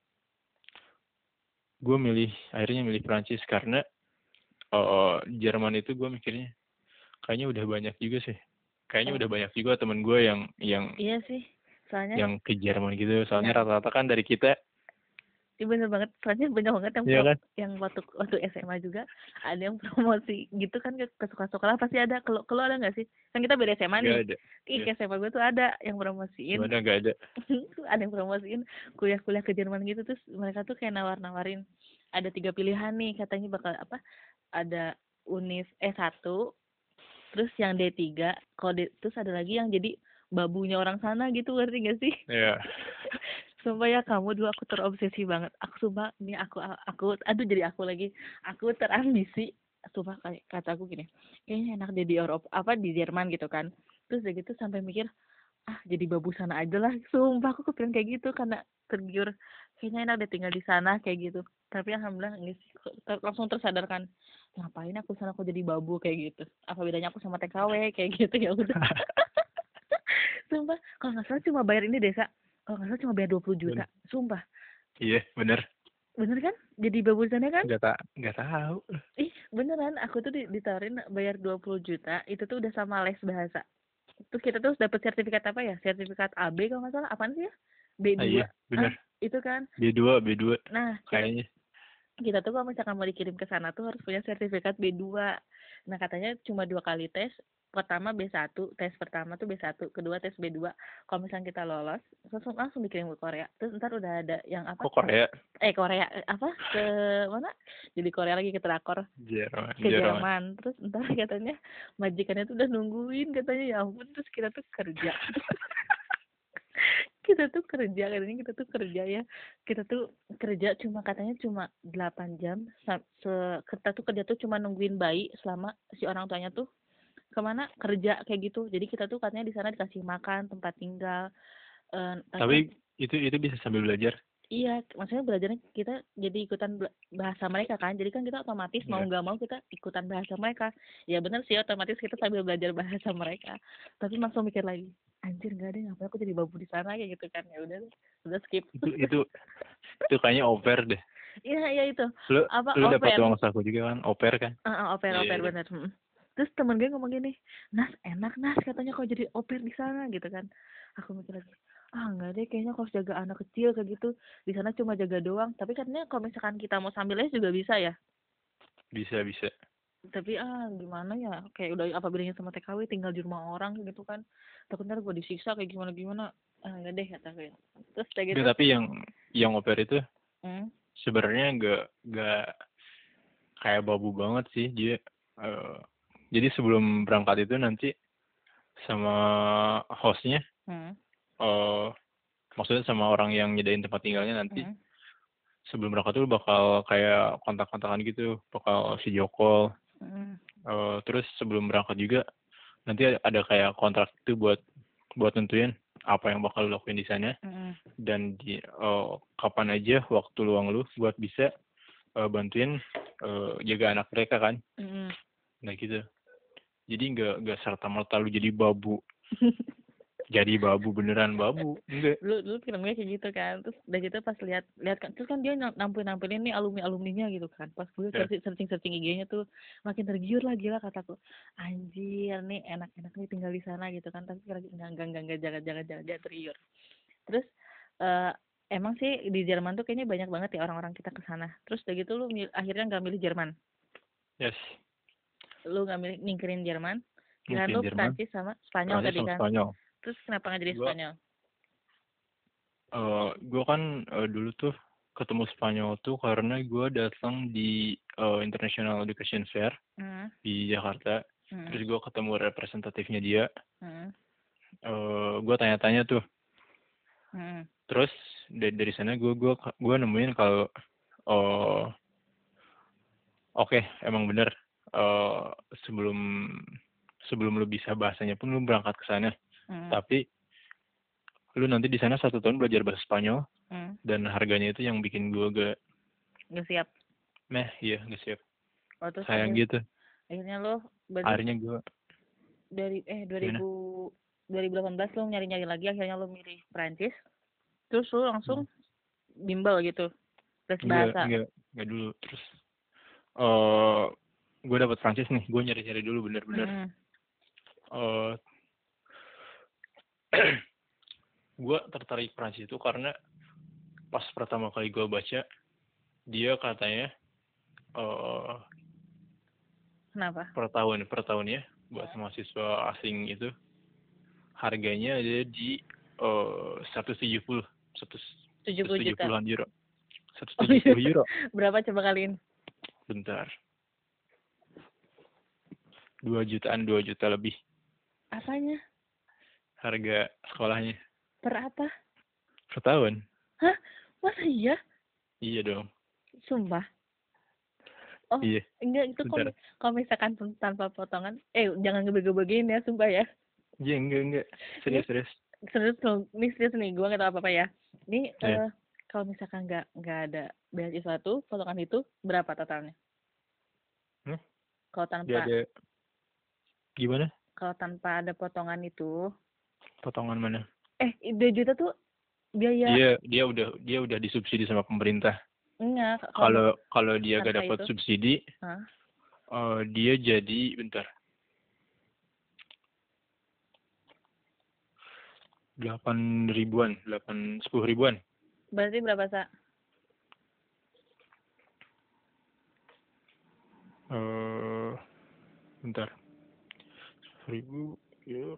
Gue akhirnya milih Prancis karena Jerman itu gue mikirnya kayaknya udah banyak juga sih. Kayaknya udah banyak juga temen gue yang iya sih, soalnya yang ke Jerman gitu. Soalnya rata-rata kan dari kita. Iya bener banget, soalnya banyak banget yang waktu SMA juga ada yang promosi gitu kan, ke sekolah pasti ada. Kalau ada nggak sih? Kan kita beda SMA nih. Ada. SMA gue tuh ada yang promosiin. Gimana nggak ada? Ada yang promosiin kuliah ke Jerman gitu, terus mereka tuh kayak nawarin ada 3 pilihan nih, katanya bakal apa? Ada univ S1, Terus yang D3, terus ada lagi yang jadi babunya orang sana gitu, ngerti gak sih? Iya. Sumpah ya, kamu dulu aku terobsesi banget. Aku sumpah nih, aduh, jadi aku lagi. Aku terambisi. Sumpah kayak kata aku gini, kayaknya enak deh di Eropa, apa di Jerman gitu kan. Terus udah gitu sampai mikir, jadi babu sana aja lah. Sumpah aku kepikiran kayak gitu karena tergiur, kayaknya enak deh tinggal di sana kayak gitu. Tapi alhamdulillah enggak sih, langsung tersadarkan, ngapain aku sana, aku jadi babu kayak gitu. Apa bedanya aku sama TKW kayak gitu, ya udah. Sumpah, kalau nggak salah cuma bayar ini desa. Kalau nggak salah cuma bayar 20 juta. Sumpah. Iya, bener. Bener kan? Jadi babu sana kan? Nggak tahu. Ih, beneran. Aku tuh ditawarin bayar 20 juta. Itu tuh udah sama les bahasa. Terus kita tuh dapat sertifikat apa ya? Sertifikat AB kalau nggak salah. Apaan sih ya? Ah, B2. iya, bener. Itu kan. B2 Nah, kayaknya. kita tuh kalau misalkan mau dikirim ke sana tuh harus punya sertifikat B2. Nah, katanya cuma 2 kali tes. Pertama B1, tes pertama tuh B1, kedua tes B2. Kalau misalkan kita lolos, langsung dikirim ke Korea. Terus ntar udah ada yang apa? Kok Korea? Korea, apa? Ke mana? Jadi Korea lagi, ke drakor. Jerman. Ke Jerman. Terus ntar katanya majikannya tuh udah nungguin, katanya ya ampun. Terus kita tuh kerja. Kita tuh kerja ya, kita tuh kerja katanya cuma 8 jam. Kita tuh kerja tuh cuma nungguin bayi selama si orang tuanya tuh kemana kerja kayak gitu. Jadi kita tuh katanya di sana dikasih makan, tempat tinggal. Tapi itu bisa sambil belajar. Iya, maksudnya belajarnya kita jadi ikutan bahasa mereka kan. Jadi kan kita otomatis mau nggak mau kita ikutan bahasa mereka. Ya benar sih, otomatis kita sambil belajar bahasa mereka. Tapi langsung mikir lagi, anjir nggak ada, ngapain aku jadi babu di sana kayak gitu kan. Ya udah skip. Itu kayaknya au pair deh. Iya itu. Lu dapat uang saku juga kan, au pair kan? Au pair bener. Terus temen gue ngomong gini, Nas enak Nas katanya kalau jadi au pair di sana gitu kan. Aku mikir lagi, enggak deh, kayaknya kalau jaga anak kecil kayak gitu di sana cuma jaga doang. Tapi katanya kalau misalkan kita mau sambil les juga bisa ya. Bisa. Tapi gimana ya, kayak udah apa bedanya sama TKW, tinggal di rumah orang gitu kan. Takutnya gue disiksa kayak gimana. Enggak deh kata gue. Terus kayak gitu. Tapi yang au pair itu sebenarnya nggak kayak babu banget sih dia. Jadi sebelum berangkat itu nanti sama hostnya, maksudnya sama orang yang nyedain tempat tinggalnya nanti sebelum berangkat tuh bakal kayak kontak-kontakan gitu, bakal video call. Terus sebelum berangkat juga nanti ada kayak kontrak itu buat nentuin apa yang bakal lo lakuin di sana dan di kapan aja waktu luang lu buat bisa bantuin jaga anak mereka kan. Nah gitu. Jadi nggak serta-merta lu jadi babu. Jadi babu, beneran babu. Enggak. Lu filmnya kayak gitu kan. Terus udah gitu pas lihat kan, terus kan dia nampilin nih alumninya gitu kan. Pas gue searching IG-nya tuh makin tergiur lah, gila kataku. Anjir nih enak-enak nih tinggal di sana gitu kan. Tapi lagi enggak, jangan dia tergiur. Terus emang sih di Jerman tuh kayaknya banyak banget ya orang-orang kita ke sana. Terus udah gitu lu akhirnya nggak milih Jerman. Yes. Lu nggak milih, nyingkirin Jerman. Kirain lu Prancis sama Spanyol tadi kan. Spanyol. Terus kenapa nggak jadi Spanyol? Gue kan dulu tuh ketemu Spanyol tuh karena gue datang di International Education Fair di Jakarta. Terus gue ketemu representatifnya dia. Gue tanya-tanya tuh. Terus dari sana gue nemuin kalau oke, emang bener sebelum lu bisa bahasanya pun lu berangkat ke sana. Tapi lu nanti di sana 1 tahun belajar bahasa Spanyol dan harganya itu yang bikin gue nggak siap. Iya nggak siap. Sayang gitu. Akhirnya gue dari 2018 lu nyari lagi, akhirnya lu milih Prancis. Terus lu langsung bimbel gitu tes bahasa. Enggak dulu. Terus gue dapet Prancis nih, gue nyari dulu bener-bener. Gue tertarik Prancis itu karena pas pertama kali gue baca, dia katanya kenapa? Per tahun ya buat mahasiswa asing itu harganya ada di 170 euro. 170 euro. Berapa coba kaliin? Bentar. 2 jutaan, 2 juta lebih Apanya? harga sekolahnya Per apa? per tahun. Hah? Masa iya? Iya dong. Sumpah. Oh, Iya, enggak itu bentar. kalau misalkan tanpa potongan, jangan ngebego-begoin ya, sumpah ya. Iya, enggak. Ini Serius. serius loh, ini serius nih, gue nggak tahu apa-apa ya. Ini Iya. kalau misalkan nggak ada beasiswa tuh, potongan itu berapa totalnya? Kalau Dia tanpa ada gimana? kalau tanpa ada potongan itu, Potongan mana? 2 juta tuh biaya. Dia udah disubsidi sama pemerintah. Enggak, Kalau dia gak tanpa dapat itu. subsidi, Hah? dia jadi bentar. 8 ribuan, 10 ribuan. Berarti berapa, Sa? Bentar. 1000 ya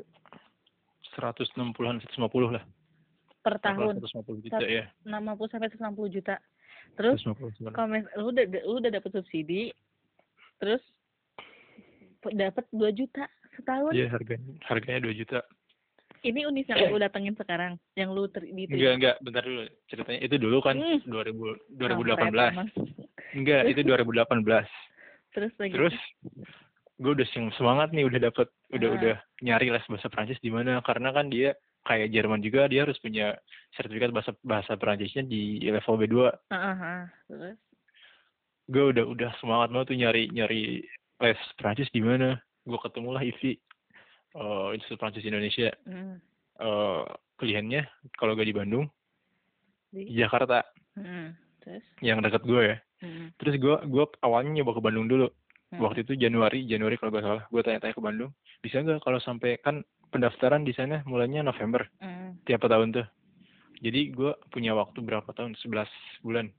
160-an, 150 lah. Per tahun. 150 juta ya. 60 sampai 160 juta. Terus 150 kalau lu udah dapet subsidi, terus dapat 2 juta setahun. Iya, harganya 2 juta. Ini Unis yang lu datengin sekarang, yang lu Enggak, bentar dulu. Ceritanya itu dulu kan 2018. Enggak, itu 2018. Terus gue udah semangat nih, udah nyari les bahasa Prancis di mana, karena kan dia kayak Jerman juga, dia harus punya sertifikat bahasa Prancisnya di level B2. Terus Gue udah semangat banget tuh nyari les Prancis di mana. Gue ketemulah IVI, Institut Prancis Indonesia. Pilihannya kalau gak di Bandung, di Jakarta. Terus Yang dekat gue ya. Terus gue awalnya nyoba ke Bandung dulu. Waktu itu Januari kalau gak salah, gue tanya-tanya ke Bandung, bisa nggak kalau sampai, kan pendaftaran di sana mulainya November tiap tahun tuh. Jadi gue punya waktu berapa tahun? 11 bulan.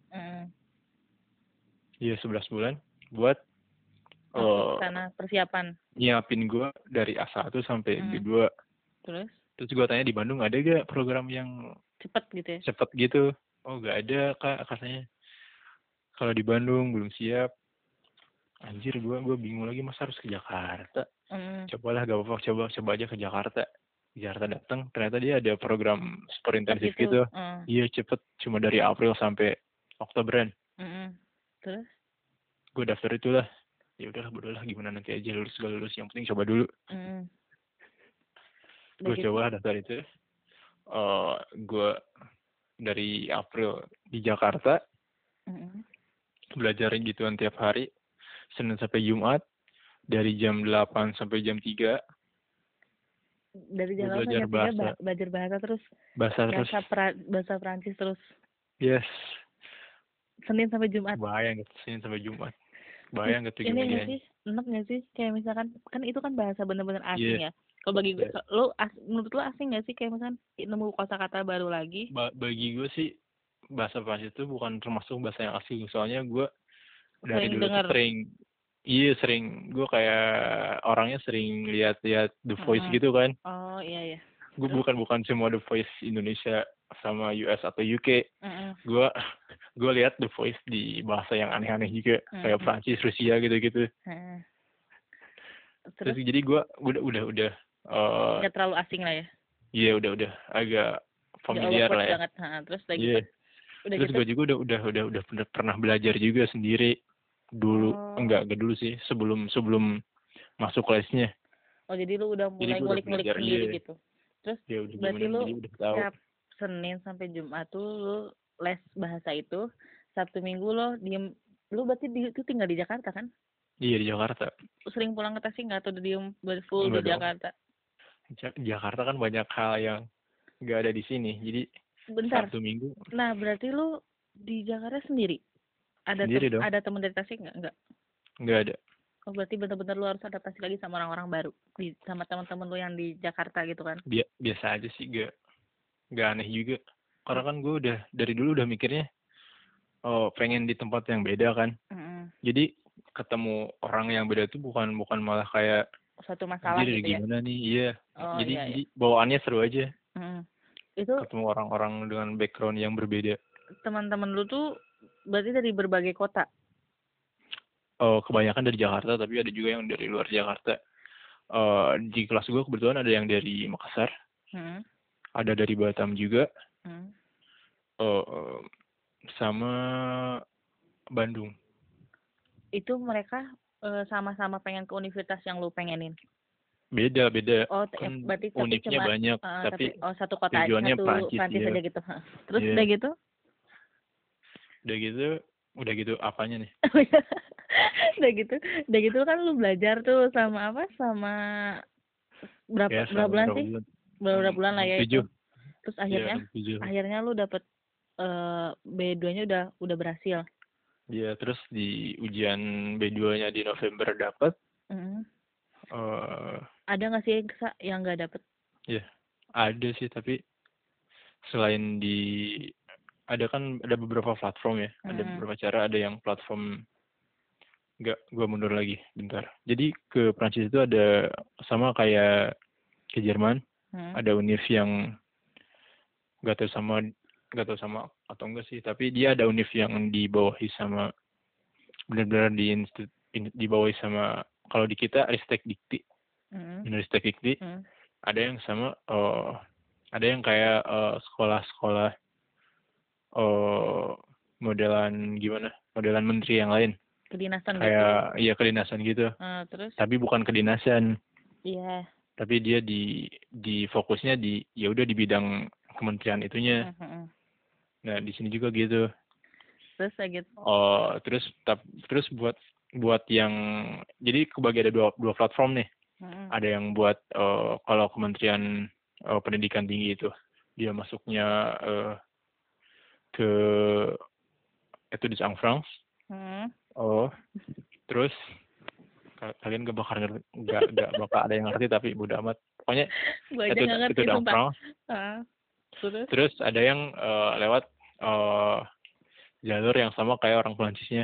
Iya, 11 bulan buat sana persiapan. Nyiapin gue dari A1 sampai B2. Terus gue tanya di Bandung ada gak program yang cepet gitu ya? Cepet gitu. Oh, gak ada Kak, katanya. Kalau di Bandung belum siap. Anjir, gue bingung lagi, masa harus ke Jakarta. Cobalah, gak apa-apa, coba aja ke Jakarta. Jakarta datang, ternyata dia ada program super intensif gitu. Iya, cepet, cuma dari April sampai Oktoberan. Terus Gue daftar itulah. Ya udahlah, bodohlah, gimana nanti aja, lulus gak lulus, yang penting coba dulu. Gue coba daftar itu. Gue dari April di Jakarta, belajarin gituan tiap hari, Senin sampai Jumat, dari jam 8 sampai jam 3. Dari jam 8 sampai jam 3 belajar bahasa terus. Bahasa Prancis terus. Yes. Senin sampai Jumat. Bayang gitu, Senin sampai Jumat. Bayang gitu gimana. Ini nggak sih, enak nggak sih? Kayak misalkan, kan itu kan bahasa bener-bener asing ya. Kalau bagi gue, menurut lo asing nggak sih? Kayak misalkan nemu kosakata baru lagi? Bagi gue sih, bahasa Prancis itu bukan termasuk bahasa yang asing. Soalnya gue dari dulu tuh sering, gue kayak orangnya sering lihat The Voice gitu kan. Oh iya. Gue bukan semua The Voice Indonesia sama US atau UK. Gue lihat The Voice di bahasa yang aneh-aneh juga, kayak Prancis, Rusia gitu-gitu. Terus jadi gue udah nggak terlalu asing lah ya. Iya, udah agak familiar lah ya. Banget. Terus lagi terus gue juga udah pernah belajar juga sendiri dulu. Enggak dulu sih, sebelum masuk kelasnya. Oh, jadi lu udah mulai ngulik-ngulik sendiri gitu. Terus berarti lu tiap Senin sampai Jumat tuh lu les bahasa itu, Sabtu Minggu lo diem. Lu berarti itu tinggal di Jakarta kan? Iya, di Jakarta. Sering pulang ke Tasik nggak, atau diem full di Jakarta? Jakarta kan banyak hal yang nggak ada di sini, jadi bentar. Sabtu Minggu. Nah, berarti lu di Jakarta sendiri? Sendiri dong. Ada teman dari Tasik nggak? Nggak ada. Oh, berarti benar-benar lu harus adaptasi lagi sama orang-orang baru, sama teman-teman lu yang di Jakarta gitu kan? Biasa aja sih, nggak aneh juga. Karena kan gue dari dulu udah mikirnya, pengen di tempat yang beda kan. Jadi ketemu orang yang beda tuh bukan malah kayak suatu masalah gitu ya. Gimana nih, iya. Jadi bawaannya seru aja. Itu ketemu orang-orang dengan background yang berbeda. Teman-teman lu tuh berarti dari berbagai kota? kebanyakan dari Jakarta, tapi ada juga yang dari luar Jakarta. Di kelas gue kebetulan ada yang dari Makassar, ada dari Batam juga, sama Bandung. Itu mereka sama-sama pengen ke universitas yang lu pengenin? Beda Oh, kan, berarti tapi uniknya cuma banyak, tapi satu kota, tujuannya satu Prancis Prancis ya. aja gitu. Terus Iya. udah gitu Apanya nih? udah gitu kan lu belajar tuh sama berapa bulan sih? Berapa bulan lah ya 7. itu. Terus Iya, akhirnya lu dapet B2-nya udah berhasil. Iya, terus di ujian B2-nya di November dapat. Ada nggak sih yang nggak dapet? Iya, ada sih, tapi selain ada beberapa platform ya, ada beberapa cara, ada yang platform gua mundur lagi bentar. Jadi ke Prancis itu ada sama kayak ke Jerman, ada univ yang nggak tahu sama atau enggak sih, tapi dia ada univ yang dibawahi sama benar-benar dibawahi sama, kalau di kita Ristek Dikti, Ristek Dikti, ada yang sama ada yang kayak sekolah-sekolah modelan menteri yang lain, kedinasan kayak gitu. Iya, kedinasan gitu. Terus Tapi bukan kedinasan. Iya. Tapi dia di fokusnya ya udah di bidang kementerian itunya. Nah, di sini juga gitu. Terus gitu. Terus buat yang, jadi kebagi ada dua platform nih. Ada yang buat kalau Kementerian Pendidikan Tinggi itu dia masuknya ke itu di Changfrance. Terus kalian gak bakal ada yang ngerti, tapi bodo amat. Pokoknya itu Changfrance. Terus ada yang lewat jalur yang sama kayak orang Perancisnya.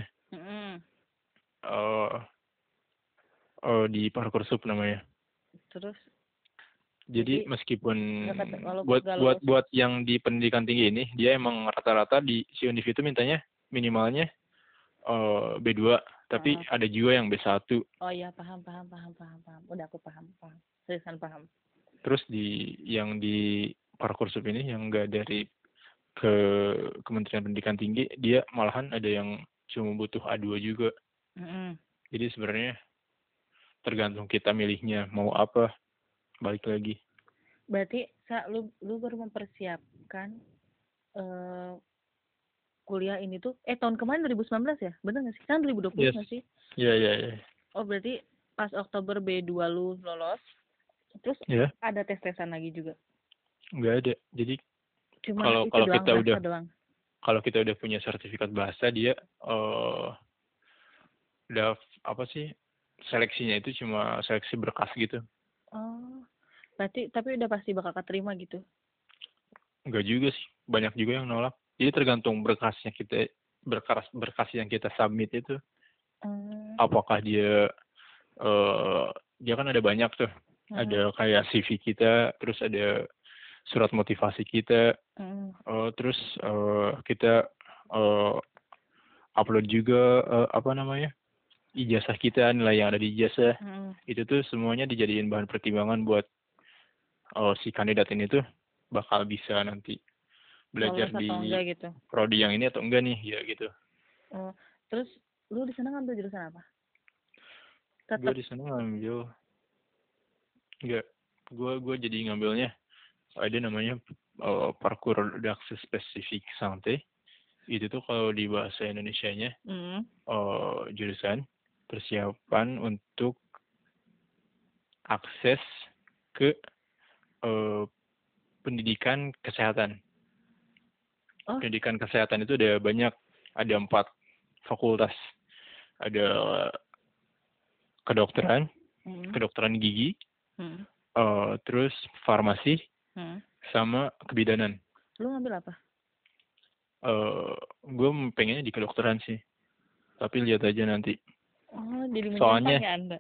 Di Parcoursup namanya. Terus jadi meskipun buat yang di pendidikan tinggi ini, dia emang rata-rata di si univ itu mintanya minimalnya B2, tapi ada juga yang B1. Oh iya, paham. Udah aku paham. Seriusan paham. Terus yang di Parcoursup ini yang enggak dari ke Kementerian Pendidikan Tinggi, dia malahan ada yang cuma butuh A2 juga. Jadi sebenarnya tergantung kita milihnya mau apa, balik lagi. Berarti lu baru mempersiapkan kuliah ini tuh tahun kemarin 2019 ya? Bener nggak sih? Kan 2020 nggak sih? Iya. Oh, berarti pas Oktober B2 lu lolos, terus ada tes-tesan lagi juga? Nggak ada. Jadi cuma kalau kita udah punya sertifikat bahasa, dia udah seleksinya itu cuma seleksi berkas gitu. Oh, berarti tapi udah pasti bakal keterima gitu? Enggak juga sih, banyak juga yang nolak. Jadi tergantung berkas yang kita submit itu. Apakah dia kan ada banyak tuh. Ada kayak CV kita, terus ada surat motivasi kita, terus kita upload juga ijazah kita, nilai yang ada di ijazah. Itu tuh semuanya dijadiin bahan pertimbangan buat si kandidat ini tuh bakal bisa nanti belajar di gitu. Prodi yang ini atau enggak nih, ya gitu. Terus lu di sana ngambil jurusan apa? Gue di sana ngambil gue jadi ngambilnya ada namanya Parcours d'Accès Spécifique Santé. Itu tuh kalau di bahasa Indonesianya jurusan persiapan untuk akses ke pendidikan kesehatan. Pendidikan kesehatan itu ada banyak, ada 4 fakultas. Ada kedokteran, kedokteran gigi, terus farmasi, sama kebidanan. Lu ngambil apa? Gue pengennya di kedokteran sih, tapi lihat aja nanti. Jadi soalnya ya Anda?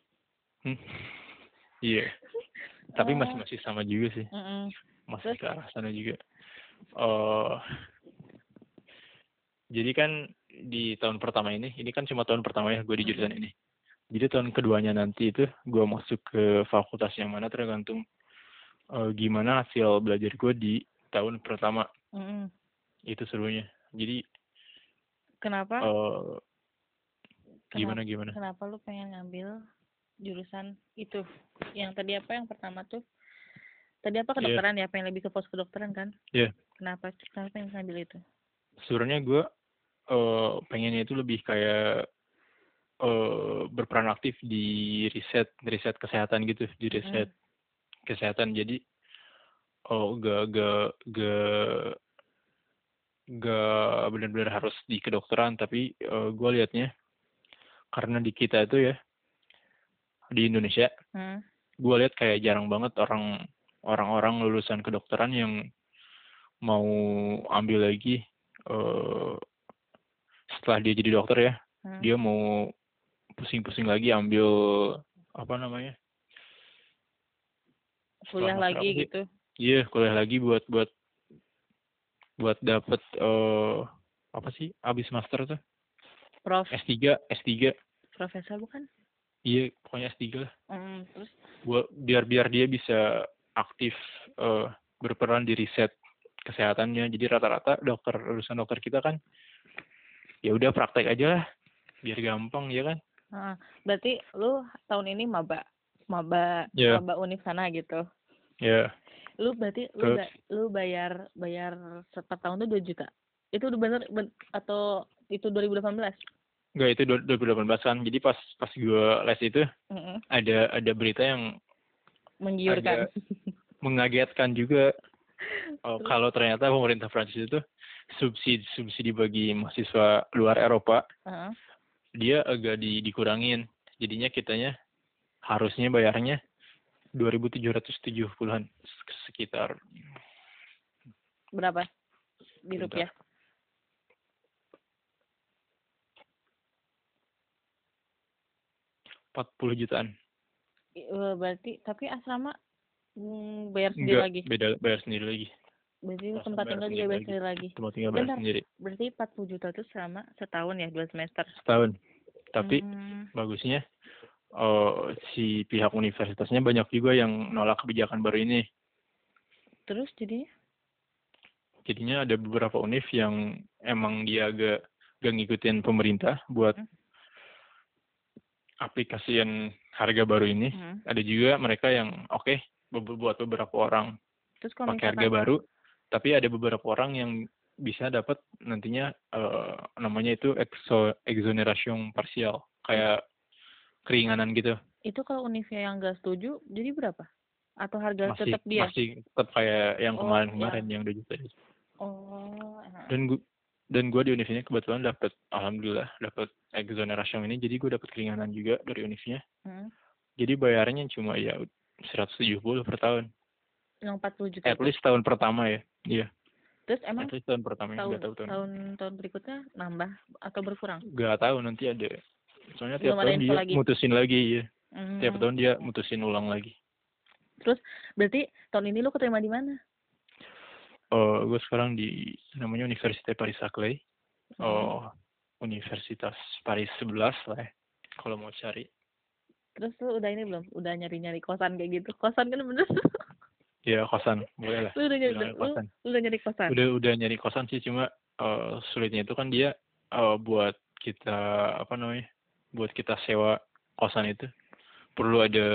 Iya. Tapi masih sama juga sih. Masih ke arah sana juga. Jadi kan di tahun pertama ini kan cuma tahun pertama ya gue di jurusan ini. Jadi tahun keduanya nanti itu gue masuk ke fakultas yang mana tergantung gimana hasil belajar gue di tahun pertama. Itu serunya. Jadi Kenapa? Gimana? Kenapa lu pengen ngambil jurusan itu? Yang tadi apa yang pertama tuh? Tadi apa kedokteran ya? Pengen lebih ke pos kedokteran kan? Iya. Kenapa pengen ngambil itu? Sebenarnya gue pengennya itu lebih kayak berperan aktif di riset kesehatan gitu, di riset kesehatan. Jadi gak benar-benar harus di kedokteran, tapi gue liatnya karena di kita itu ya di Indonesia, gue lihat kayak jarang banget orang-orang lulusan kedokteran yang mau ambil lagi setelah dia jadi dokter ya, dia mau pusing-pusing lagi ambil apa namanya, kuliah lagi gitu. Iya, kuliah lagi buat dapet apa sih abis master tuh? Prof. S3. Profesor bukan? Iya, pokoknya S3 lah. Terus? Biar dia bisa aktif berperan di riset kesehatannya. Jadi rata-rata lulusan dokter kita kan ya udah praktek aja lah, biar gampang ya kan. Berarti lu tahun ini maba univ sana gitu. Ya. Lu berarti lu bayar setiap tahun tuh 2 juta. Itu udah bener atau itu 2018? Enggak, itu 2018 kan. Jadi pas gue les itu ada berita yang menggiurkan, mengagetkan juga. Kalau ternyata pemerintah Prancis itu subsidi bagi mahasiswa luar Eropa, dia agak dikurangin. Jadinya kitanya harusnya bayarnya 2.770-an sekitar. Berapa di rupiah? 40 jutaan. Berarti tapi asrama bayar sendiri lagi? Beda, bayar sendiri lagi. Berarti tempat tinggal juga bayar sendiri lagi? Tempat tinggal bayar sendiri. Berarti 40 juta itu selama setahun ya, 2 semester? Setahun. Tapi bagusnya si pihak universitasnya banyak juga yang nolak kebijakan baru ini. Terus jadinya ada beberapa univ yang emang dia agak gak ngikutin pemerintah buat aplikasian harga baru ini. Ada juga mereka yang buat beberapa orang pakai harga baru, tapi ada beberapa orang yang bisa dapat nantinya namanya itu exoneration parsial, kayak keringanan gitu. Itu kalau univnya yang nggak setuju, jadi berapa? Atau harga tetap dia? Masih tetap kayak yang kemarin yang 2 juta. Dan gue di univ ini kebetulan alhamdulillah dapat exoneration ini, jadi gue dapat keringanan juga dari univnya. Jadi bayarnya cuma ya 170 per tahun. Yang 40 juta. At least tahun pertama ya. Iya. Terus emang tahun pertama tahun berikutnya nambah atau berkurang? Gak tahu, nanti ada. Soalnya tiap tahun dia mutusin lagi ya. Tiap tahun dia mutusin ulang lagi. Terus berarti tahun ini lu keterima di mana? Gue sekarang di namanya Université Paris-Saclay. Universitas Paris 11 lah ya, kalau mau cari. Terus lu udah ini belum? Udah nyari-nyari kosan kayak gitu? Kosan kan bener? Ya, kosan. Boleh lah. Lu udah nyari kosan? Udah nyari kosan sih, cuma sulitnya itu kan dia buat kita buat kita sewa kosan itu perlu ada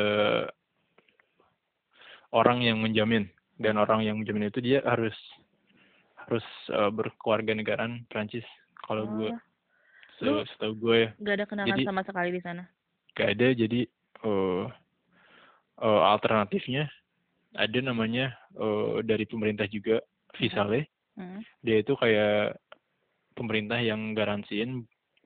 orang yang menjamin, dan orang yang menjamin itu dia harus berkeluarga negaraan Prancis. Kalau gue setahu gue ya. Gak ada kenalan sama sekali di sana? Gak ada. Jadi alternatifnya ada namanya dari pemerintah juga, Visale. Dia itu kayak pemerintah yang garansiin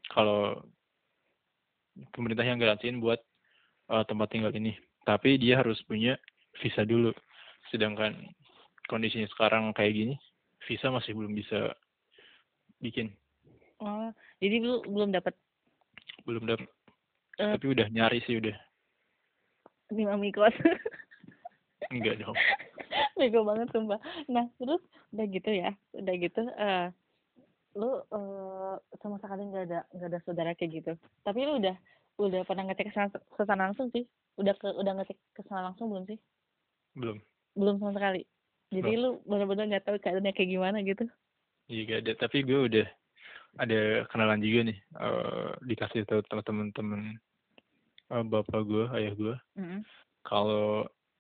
buat tempat tinggal ini. Tapi dia harus punya visa dulu. Sedangkan kondisinya sekarang kayak gini, visa masih belum bisa bikin. Jadi lu belum dapat? Belum dapat. Tapi udah nyari sih, udah. Di mami kos? Enggak dong. Bego banget sumpah. Nah, terus udah gitu lu sama sekali nggak ada saudara kayak gitu. Tapi lu udah pernah ngecek kesana langsung sih? Udah ngecek kesana langsung belum sih? Belum. Belum sama sekali. Jadi Belum. lu benar-benar nggak tahu keadaannya kayak gimana gitu? Iya gak ada. Tapi gue udah ada kenalan juga nih. Dikasih tahu sama temen-temen bapak gue, ayah gue. Mm-mm. Kalau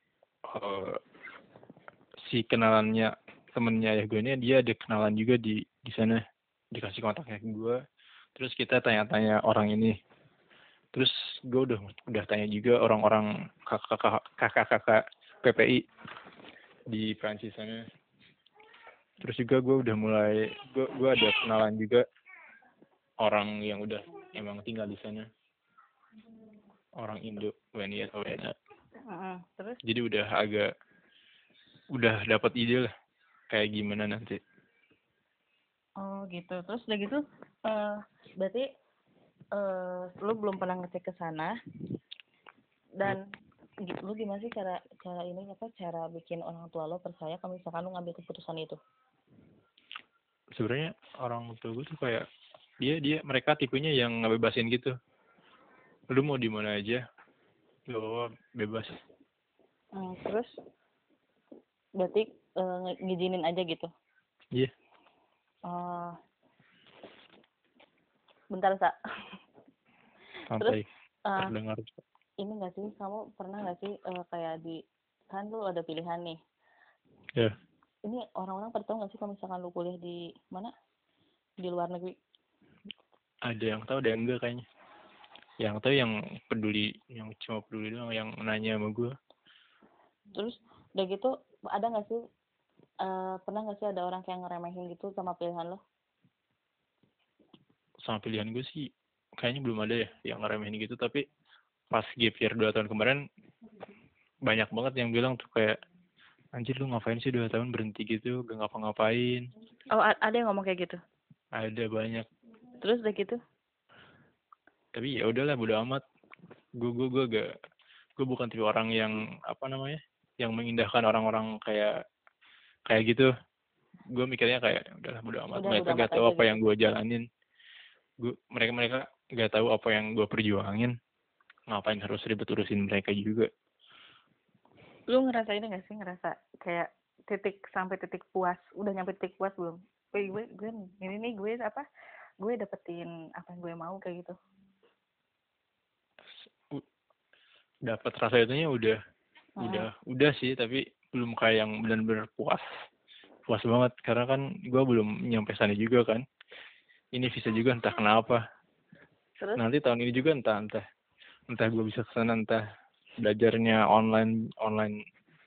si kenalannya temennya ayah gue ini dia ada kenalan juga di sana, dikasih kontaknya ke gue. Terus kita tanya-tanya orang ini. Terus gue udah tanya juga orang-orang kakak-kakak PPI di Prancis sana. Terus juga gue udah mulai gue ada kenalan juga orang yang udah emang tinggal di sana, orang Indo, WNI atau WNA. Terus? Jadi udah dapat ide lah kayak gimana nanti. Oh gitu. Terus udah gitu, berarti lu belum pernah ngecek ke sana dan lu gimana sih cara ini cara bikin orang tua lo percaya kalau misalkan lu ngambil keputusan itu? Sebenarnya orang tua gue tuh kayak mereka tipenya yang ngebebasin gitu. Lu mau di mana aja, lu bebas. Terus berarti ngizinin aja gitu? Iya. Oh, bentar Sa. Terus Sampai terdengar. ini nggak sih, kamu pernah nggak sih kayak kan lu ada pilihan nih. Ya. Ini orang-orang pada tahu nggak sih kalau misalkan lu kuliah di mana? Di luar negeri? Ada yang tahu, ada yang enggak kayaknya. Yang tahu yang peduli, yang cuma peduli doang, yang nanya sama gue. Terus udah gitu ada nggak sih pernah nggak sih ada orang kayak ngeremehin gitu sama pilihan lo? Sama pilihan gue sih kayaknya belum ada ya yang ngeremehin gitu. Tapi pas gap year 2 tahun kemarin banyak banget yang bilang tuh kayak, anjir lu ngapain sih 2 tahun berhenti gitu, gak ngapa-ngapain. Oh, ada yang ngomong kayak gitu? Ada banyak. Terus udah gitu? Tapi ya udahlah, bodo amat. Gue bukan tipe orang yang apa namanya, yang mengindahkan orang-orang kayak gitu. Gue mikirnya kayak udahlah, bodo amat. Udah Mereka bodo amat gak tahu aja apa gitu. yang gue jalanin. Mereka gak tahu apa yang gue perjuangin. Ngapain harus ribet urusin mereka juga. Lu ngerasa ini nggak sih, ngerasa kayak sampai titik puas, udah nyampe titik puas belum? Gue ini nih gue dapetin apa yang gue mau kayak gitu. Dapat rasa itunya udah sih, tapi belum kayak yang benar-benar puas banget, karena kan gue belum nyampe sana juga kan. Ini visa juga entah kenapa. Terus? Nanti tahun ini juga entah gue bisa kesana, entah belajarnya online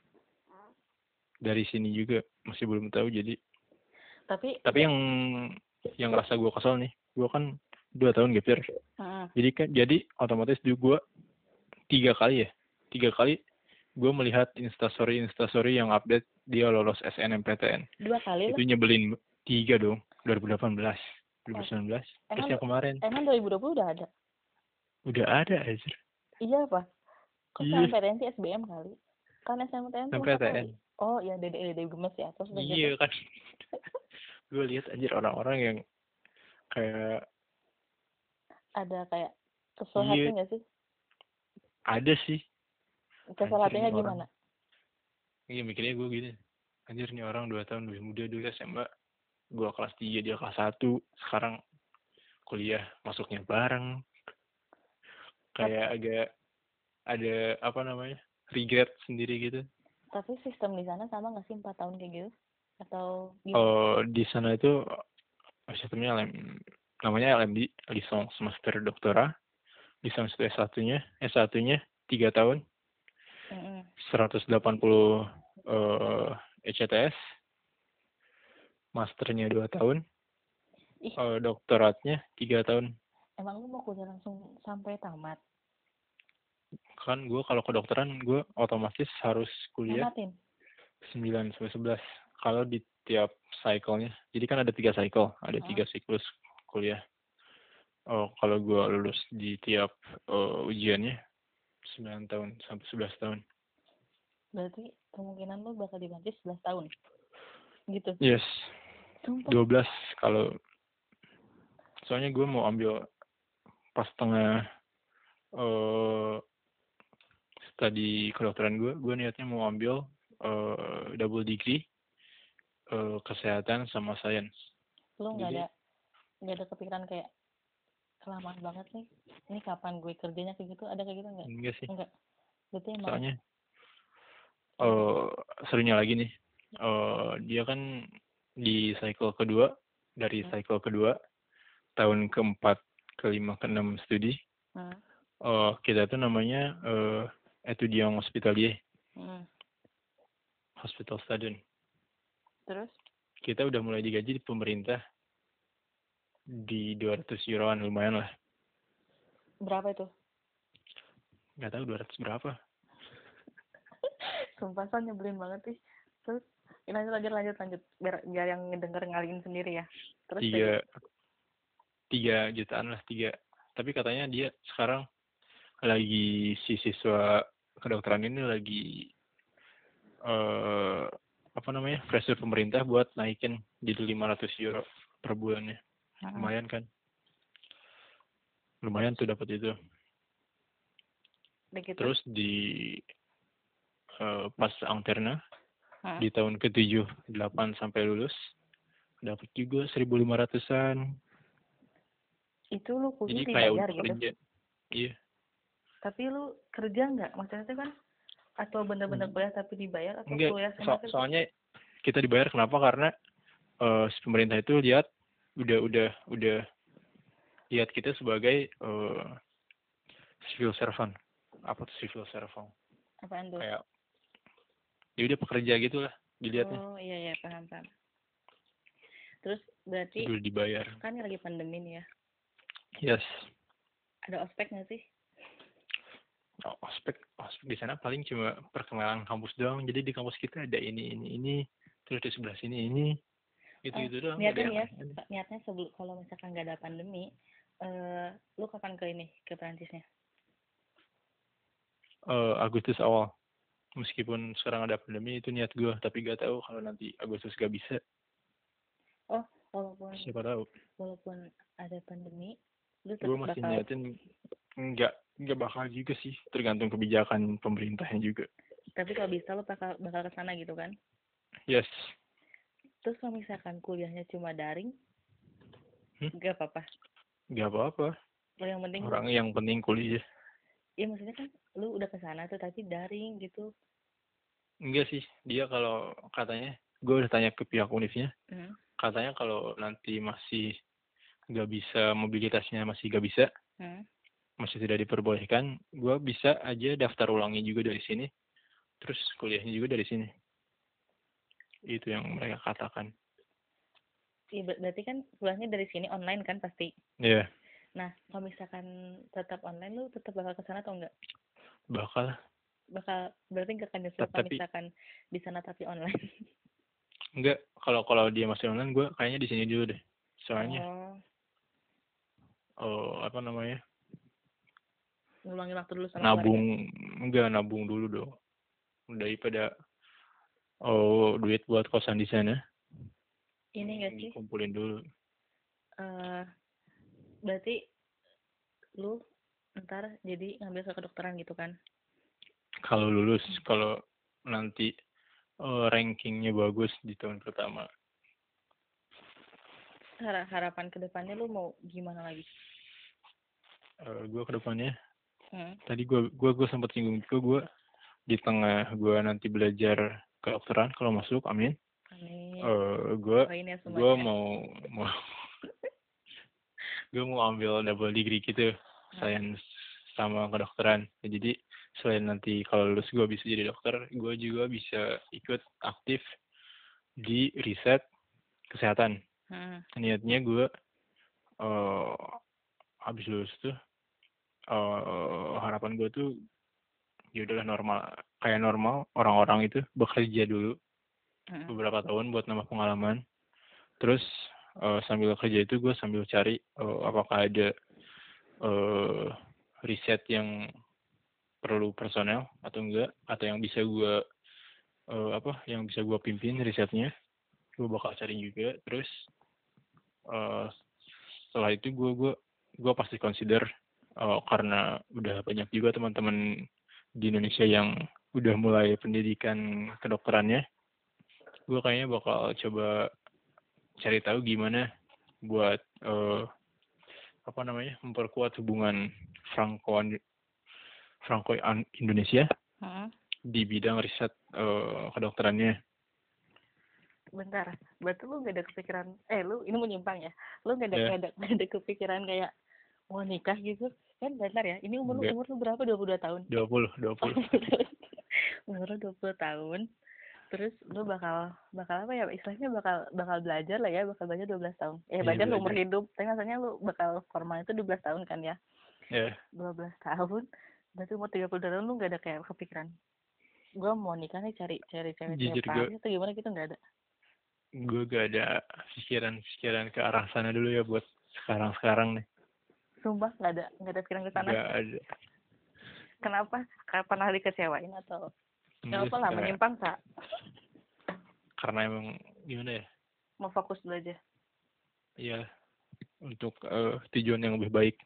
dari sini juga masih belum tahu. Jadi tapi yang rasa gue kesel nih, gue kan 2 tahun gap year. Jadi otomatis gue 3 kali gue melihat instastory yang update dia lolos SNMPTN. 2 kali Itu lah. nyebelin. 3 dong, 2018, 2019, terus yang kemarin. Emang 2020 udah ada? Udah ada aja. Iya apa? Kok Iya. SNMPTN sih SBM kali? Kan SNMPTN cuma SNMPTN. Oh ya, Dede gemes ya. Terus udah Iya gitu. kan. Gue lihat anjir orang-orang yang kayak ada kayak kesel hati nggak sih? Ada sih. Kesel hatinya gimana? Iya, mikirnya gue gini, anjir nih orang 2 tahun lebih muda dulu SMA, gue kelas 3 dia kelas 1, sekarang kuliah masuknya bareng, kayak agak ada apa namanya, regret sendiri gitu. Tapi sistem di sana sama nggak sih 4 tahun kayak gitu? Atau gimana? Di sana itu sistemnya namanya LMD, Licence Master Doctora. Licence itu S1-nya 3 tahun, 180 ECTS, masternya 2 tahun, doktoratnya 3 tahun. Emang lu mau kuliah langsung sampai tamat? Kan gue kalau kedokteran gue otomatis harus kuliah Namatin? 9 sampai 11 kalau di tiap cycle-nya. Jadi kan ada 3 cycle, ada 3 siklus kuliah. Kalau gue lulus di tiap ujiannya 9 tahun sampai 11 tahun. Berarti kemungkinan lu bakal diganti 11 tahun? Gitu? Yes. Sumpah. 12 kalau soalnya gue mau ambil pas tengah studi kedokteran gue niatnya mau ambil double degree kesehatan sama sains. Lu Jadi nggak ada kepikiran kayak kelamaan banget nih, ini kapan gue kerjanya kayak gitu, ada kayak gitu nggak? enggak sih. Enggak, berarti emang Soalnya serunya lagi nih, dia kan di cycle kedua, dari cycle kedua tahun keempat, kelima, keenam studi, kita tuh namanya étudiant hospitalier, hospital student. Terus Kita udah mulai digaji di pemerintah di 200 euroan, lumayan lah. berapa itu? Nggak tahu 200 berapa. Sumpah San, nyebelin banget sih. Terus lanjut biar yang ngedenger ngalihin sendiri ya. Terus tiga jutaan lah, 3. Tapi katanya dia sekarang lagi, si siswa kedokteran ini lagi pressure pemerintah buat naikin jadi 500 euro per bulannya. Lumayan kan? Lumayan tuh dapat itu. Terus di pas angterna di tahun ke-7, 8 sampai lulus dapat juga 1.500-an. Itu lu kuliah jadi kayak dibayar udah gitu? Kerja. Iya. Tapi lu kerja nggak? Maksudnya itu kan atau bener-bener kuliah tapi dibayar, atau Enggak, kuliah sama soalnya kita dibayar kenapa? Karena pemerintah itu lihat udah lihat kita sebagai civil servant. Apa tuh civil servant? Apaan tuh? Kayak ya udah pekerja gitu lah dilihatnya. Oh iya paham. Terus berarti udah dibayar. Kan lagi pandemi nih ya. Yes. Ada ospek nggak sih? Ospek di sana paling cuma perkenalan kampus doang. Jadi di kampus kita ada ini, terus di sebelah sini ini, gitu doang. Niatnya sebelum, kalau misalkan nggak ada pandemi, lu kapan ke Perancisnya? Agustus awal. Meskipun sekarang ada pandemi, itu niat gue, tapi gak tahu kalau nanti Agustus gak bisa. Oh, walaupun siapa tahu. Walaupun ada pandemi, lu gue masih niatin nggak bakal juga sih, tergantung kebijakan pemerintahnya juga. Tapi kalau bisa lu bakal ke sana gitu kan? Yes. Terus kalau misalkan kuliahnya cuma daring, nggak apa-apa? Nggak apa-apa. Yang penting kuliah. Iya, maksudnya kan lu udah ke sana tuh tapi daring gitu. Enggak sih, dia kalau katanya, gue udah tanya ke pihak univnya, katanya kalau nanti masih nggak bisa, mobilitasnya masih nggak bisa, masih tidak diperbolehkan, gue bisa aja daftar ulangi juga dari sini, terus kuliahnya juga dari sini. Itu yang mereka katakan. Iya, berarti kan kuliahnya dari sini online kan pasti? Iya. Yeah. Nah, kalau misalkan tetap online, lu tetap bakal ke sana atau enggak? Bakal, berarti nggak akan nyesel kalau misalkan di sana tapi online? Enggak, kalau dia masih online, gue kayaknya di sini dulu deh. Soalnya, ngulangin waktu dulu sama keluarga. Nabung dulu dong. Daripada duit buat kosan di sana. Ini nggak sih? Kumpulin dulu. Berarti lu ntar jadi ngambil ke kedokteran gitu kan? Kalau lulus, kalau nanti rankingnya bagus di tahun pertama. Harapan kedepannya lu mau gimana lagi? Gue kedepannya, tadi gue sempat singgung juga, gue di tengah gue nanti belajar kedokteran kalau masuk, amin. Gue mau gue mau ambil double degree gitu, sains sama kedokteran. Jadi selain nanti kalau lulus gue bisa jadi dokter, gue juga bisa ikut aktif di riset kesehatan. Niatnya gue habis lulus tuh, harapan gue tuh ya udahlah kayak normal orang-orang itu bekerja dulu beberapa tahun buat nambah pengalaman. Terus sambil kerja itu gue sambil cari apakah ada riset yang perlu personel atau enggak, atau yang bisa gue pimpin risetnya, gue bakal cari juga. Terus setelah itu gue pasti consider karena udah banyak juga teman-teman di Indonesia yang udah mulai pendidikan kedokterannya. Gue kayaknya bakal coba cari tahu gimana buat memperkuat hubungan Franco Indonesia di bidang riset kedokterannya. Bentar, berarti lu gak ada kepikiran, lu ini menyimpang ya, lu gak ada kepikiran kayak mau nikah gitu kan? Bentar ya, ini umur lu berapa? 22 tahun? 20. Umur lu 20 tahun, terus lu bakal apa ya, istilahnya bakal belajar lah ya, bakal belajar 12 tahun. Belajar seumur hidup, tapi maksudnya lu bakal formal itu 12 tahun kan ya? 12 tahun, berarti umur 32 tahun lu gak ada kayak kepikiran, gue mau nikah nih cari cewek tiap hari atau gimana gitu? Gak ada. Gue gak ada pikiran ke arah sana dulu ya buat sekarang nih. Sumpah gak ada pikiran ke sana. Gak ada. Kenapa? Pernah dikecewain atau gak apa lah, menyimpang Kak? Karena emang gimana ya, mau fokus dulu aja. Iya, untuk tujuan yang lebih baik.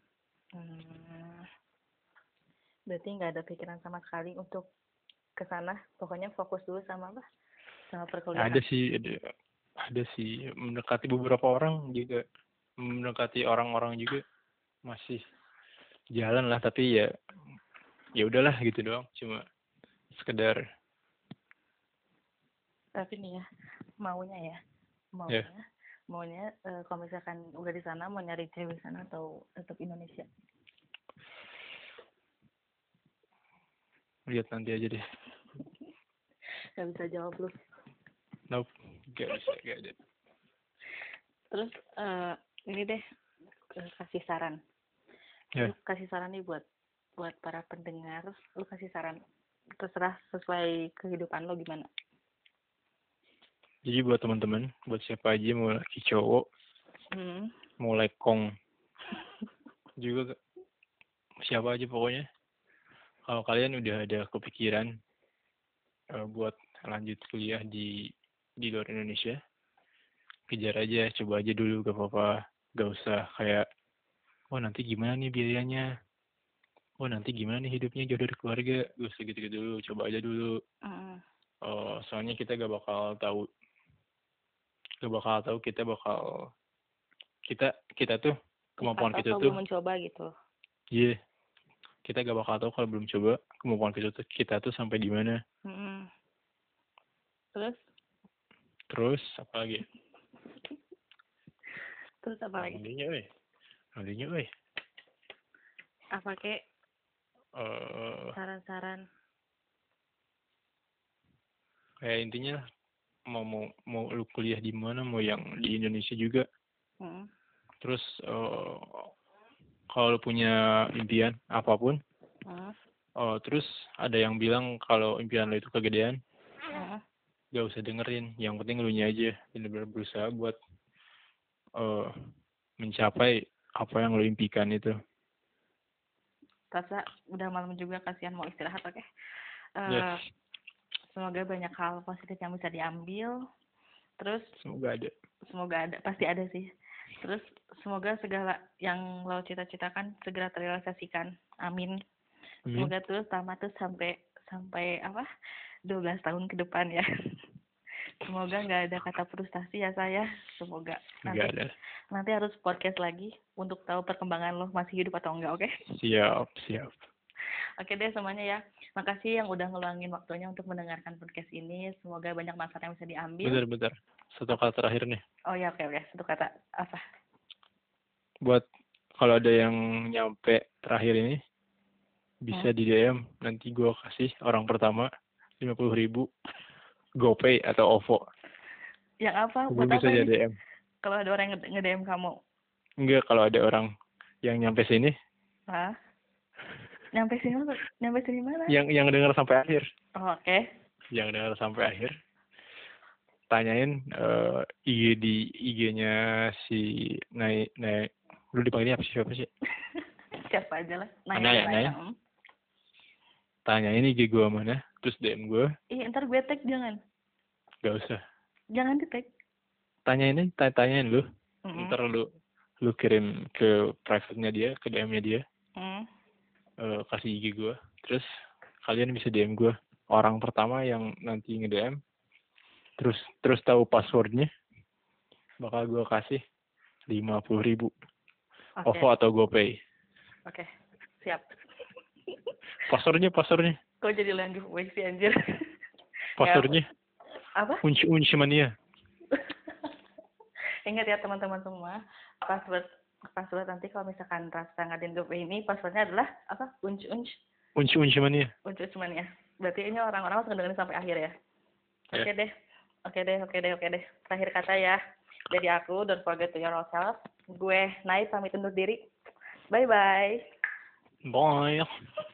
Berarti gak ada pikiran sama sekali untuk kesana, pokoknya fokus dulu sama apa? Sama perkuliahan. Ada sih mendekati beberapa orang juga, mendekati orang-orang juga masih jalan lah, tapi ya udahlah gitu doang, cuma sekedar. Tapi nih ya, maunya kalau misalkan udah di sana mau nyari cewek sana atau tetap Indonesia? Lihat nanti aja deh. Gak bisa jawab lu. Nope, gak ada. Terus ini deh, kasih saran. Lu kasih saran nih buat para pendengar, lu kasih saran, terserah sesuai kehidupan lo gimana. Jadi buat teman-teman, buat siapa aja mau laki cowok, mau lekong juga, siapa aja pokoknya, kalau kalian udah ada kepikiran buat lanjut kuliah di luar Indonesia, kejar aja, coba aja dulu, gak apa-apa. Gak usah kayak, nanti gimana nih biayanya, nanti gimana nih hidupnya jauh dari keluarga, gak usah gitu-gitu dulu, coba aja dulu. Soalnya kita gak bakal tahu kita tuh kemampuan kita tuh belum mencoba gitu. Iya, kita gak bakal tahu kalau belum coba kemampuan kita tuh sampai di mana. Terus apa lagi? Nantinya, apa kek? Saran-saran. Kayak intinya mau lu kuliah di mana, mau yang di Indonesia juga. Terus kalau lu punya impian apapun, terus ada yang bilang kalau impian lu itu kegedean, gak usah dengerin. Yang penting lu nya aja benar-benar berusaha buat mencapai apa yang lu impikan itu. Rasa udah malam juga, kasihan mau istirahat, oke? Semoga banyak hal positif yang bisa diambil. Terus semoga ada, pasti ada sih. Terus semoga segala yang lo cita-citakan segera terrealisasikan. Amin. Semoga terus tamat tuh sampai 12 tahun ke depan ya. Semoga nggak ada kata frustasi ya saya. Semoga nanti harus podcast lagi untuk tahu perkembangan lo masih hidup atau enggak, oke? Siap. Oke deh semuanya ya. Makasih yang udah ngeluangin waktunya untuk mendengarkan podcast ini. Semoga banyak manfaat yang bisa diambil. Bentar. Satu kata terakhir nih. Oh ya, oke. Satu kata apa? Buat kalau ada yang nyampe terakhir ini, bisa di DM. Nanti gue kasih orang pertama 50.000 GoPay atau OVO. Yang apa? Gue bisa aja DM. Kalau ada orang yang nge-DM kamu? Enggak, kalau ada orang yang nyampe sini. Nyampe sini mana? Yang dengar sampai akhir. Oh, oke. Yang dengar sampai akhir. Tanyain IG-nya si Nay. Lu dipanggilnya siapa sih? Siapa aja lah. Nay. Tanyain IG gue mana, terus DM gue. Ntar gue tag, jangan. Gak usah. Jangan di tag. Tanyain lu. Ntar lu lu kirim ke private-nya dia, ke DM-nya dia, kasih IG gue, terus kalian bisa DM gue. Orang pertama yang nanti nge-DM, terus tahu passwordnya, bakal gue kasih 50.000 OVO atau GoPay. Oke, siap. Passwordnya. Kok jadi lu yang giveaway sih anjir? Passwordnya. Apa? Unci mania. Ingat ya teman-teman semua, password nanti kalau misalkan rasa ngadain giveaway ini, passwordnya adalah apa? Unci mania. Unci mania. Berarti ini orang-orang harus ngedengerin sampai akhir ya. Oke deh. Terakhir kata ya. Dari aku, don't forget to yourself. Gue Nai pamit undur diri. Bye. Bye.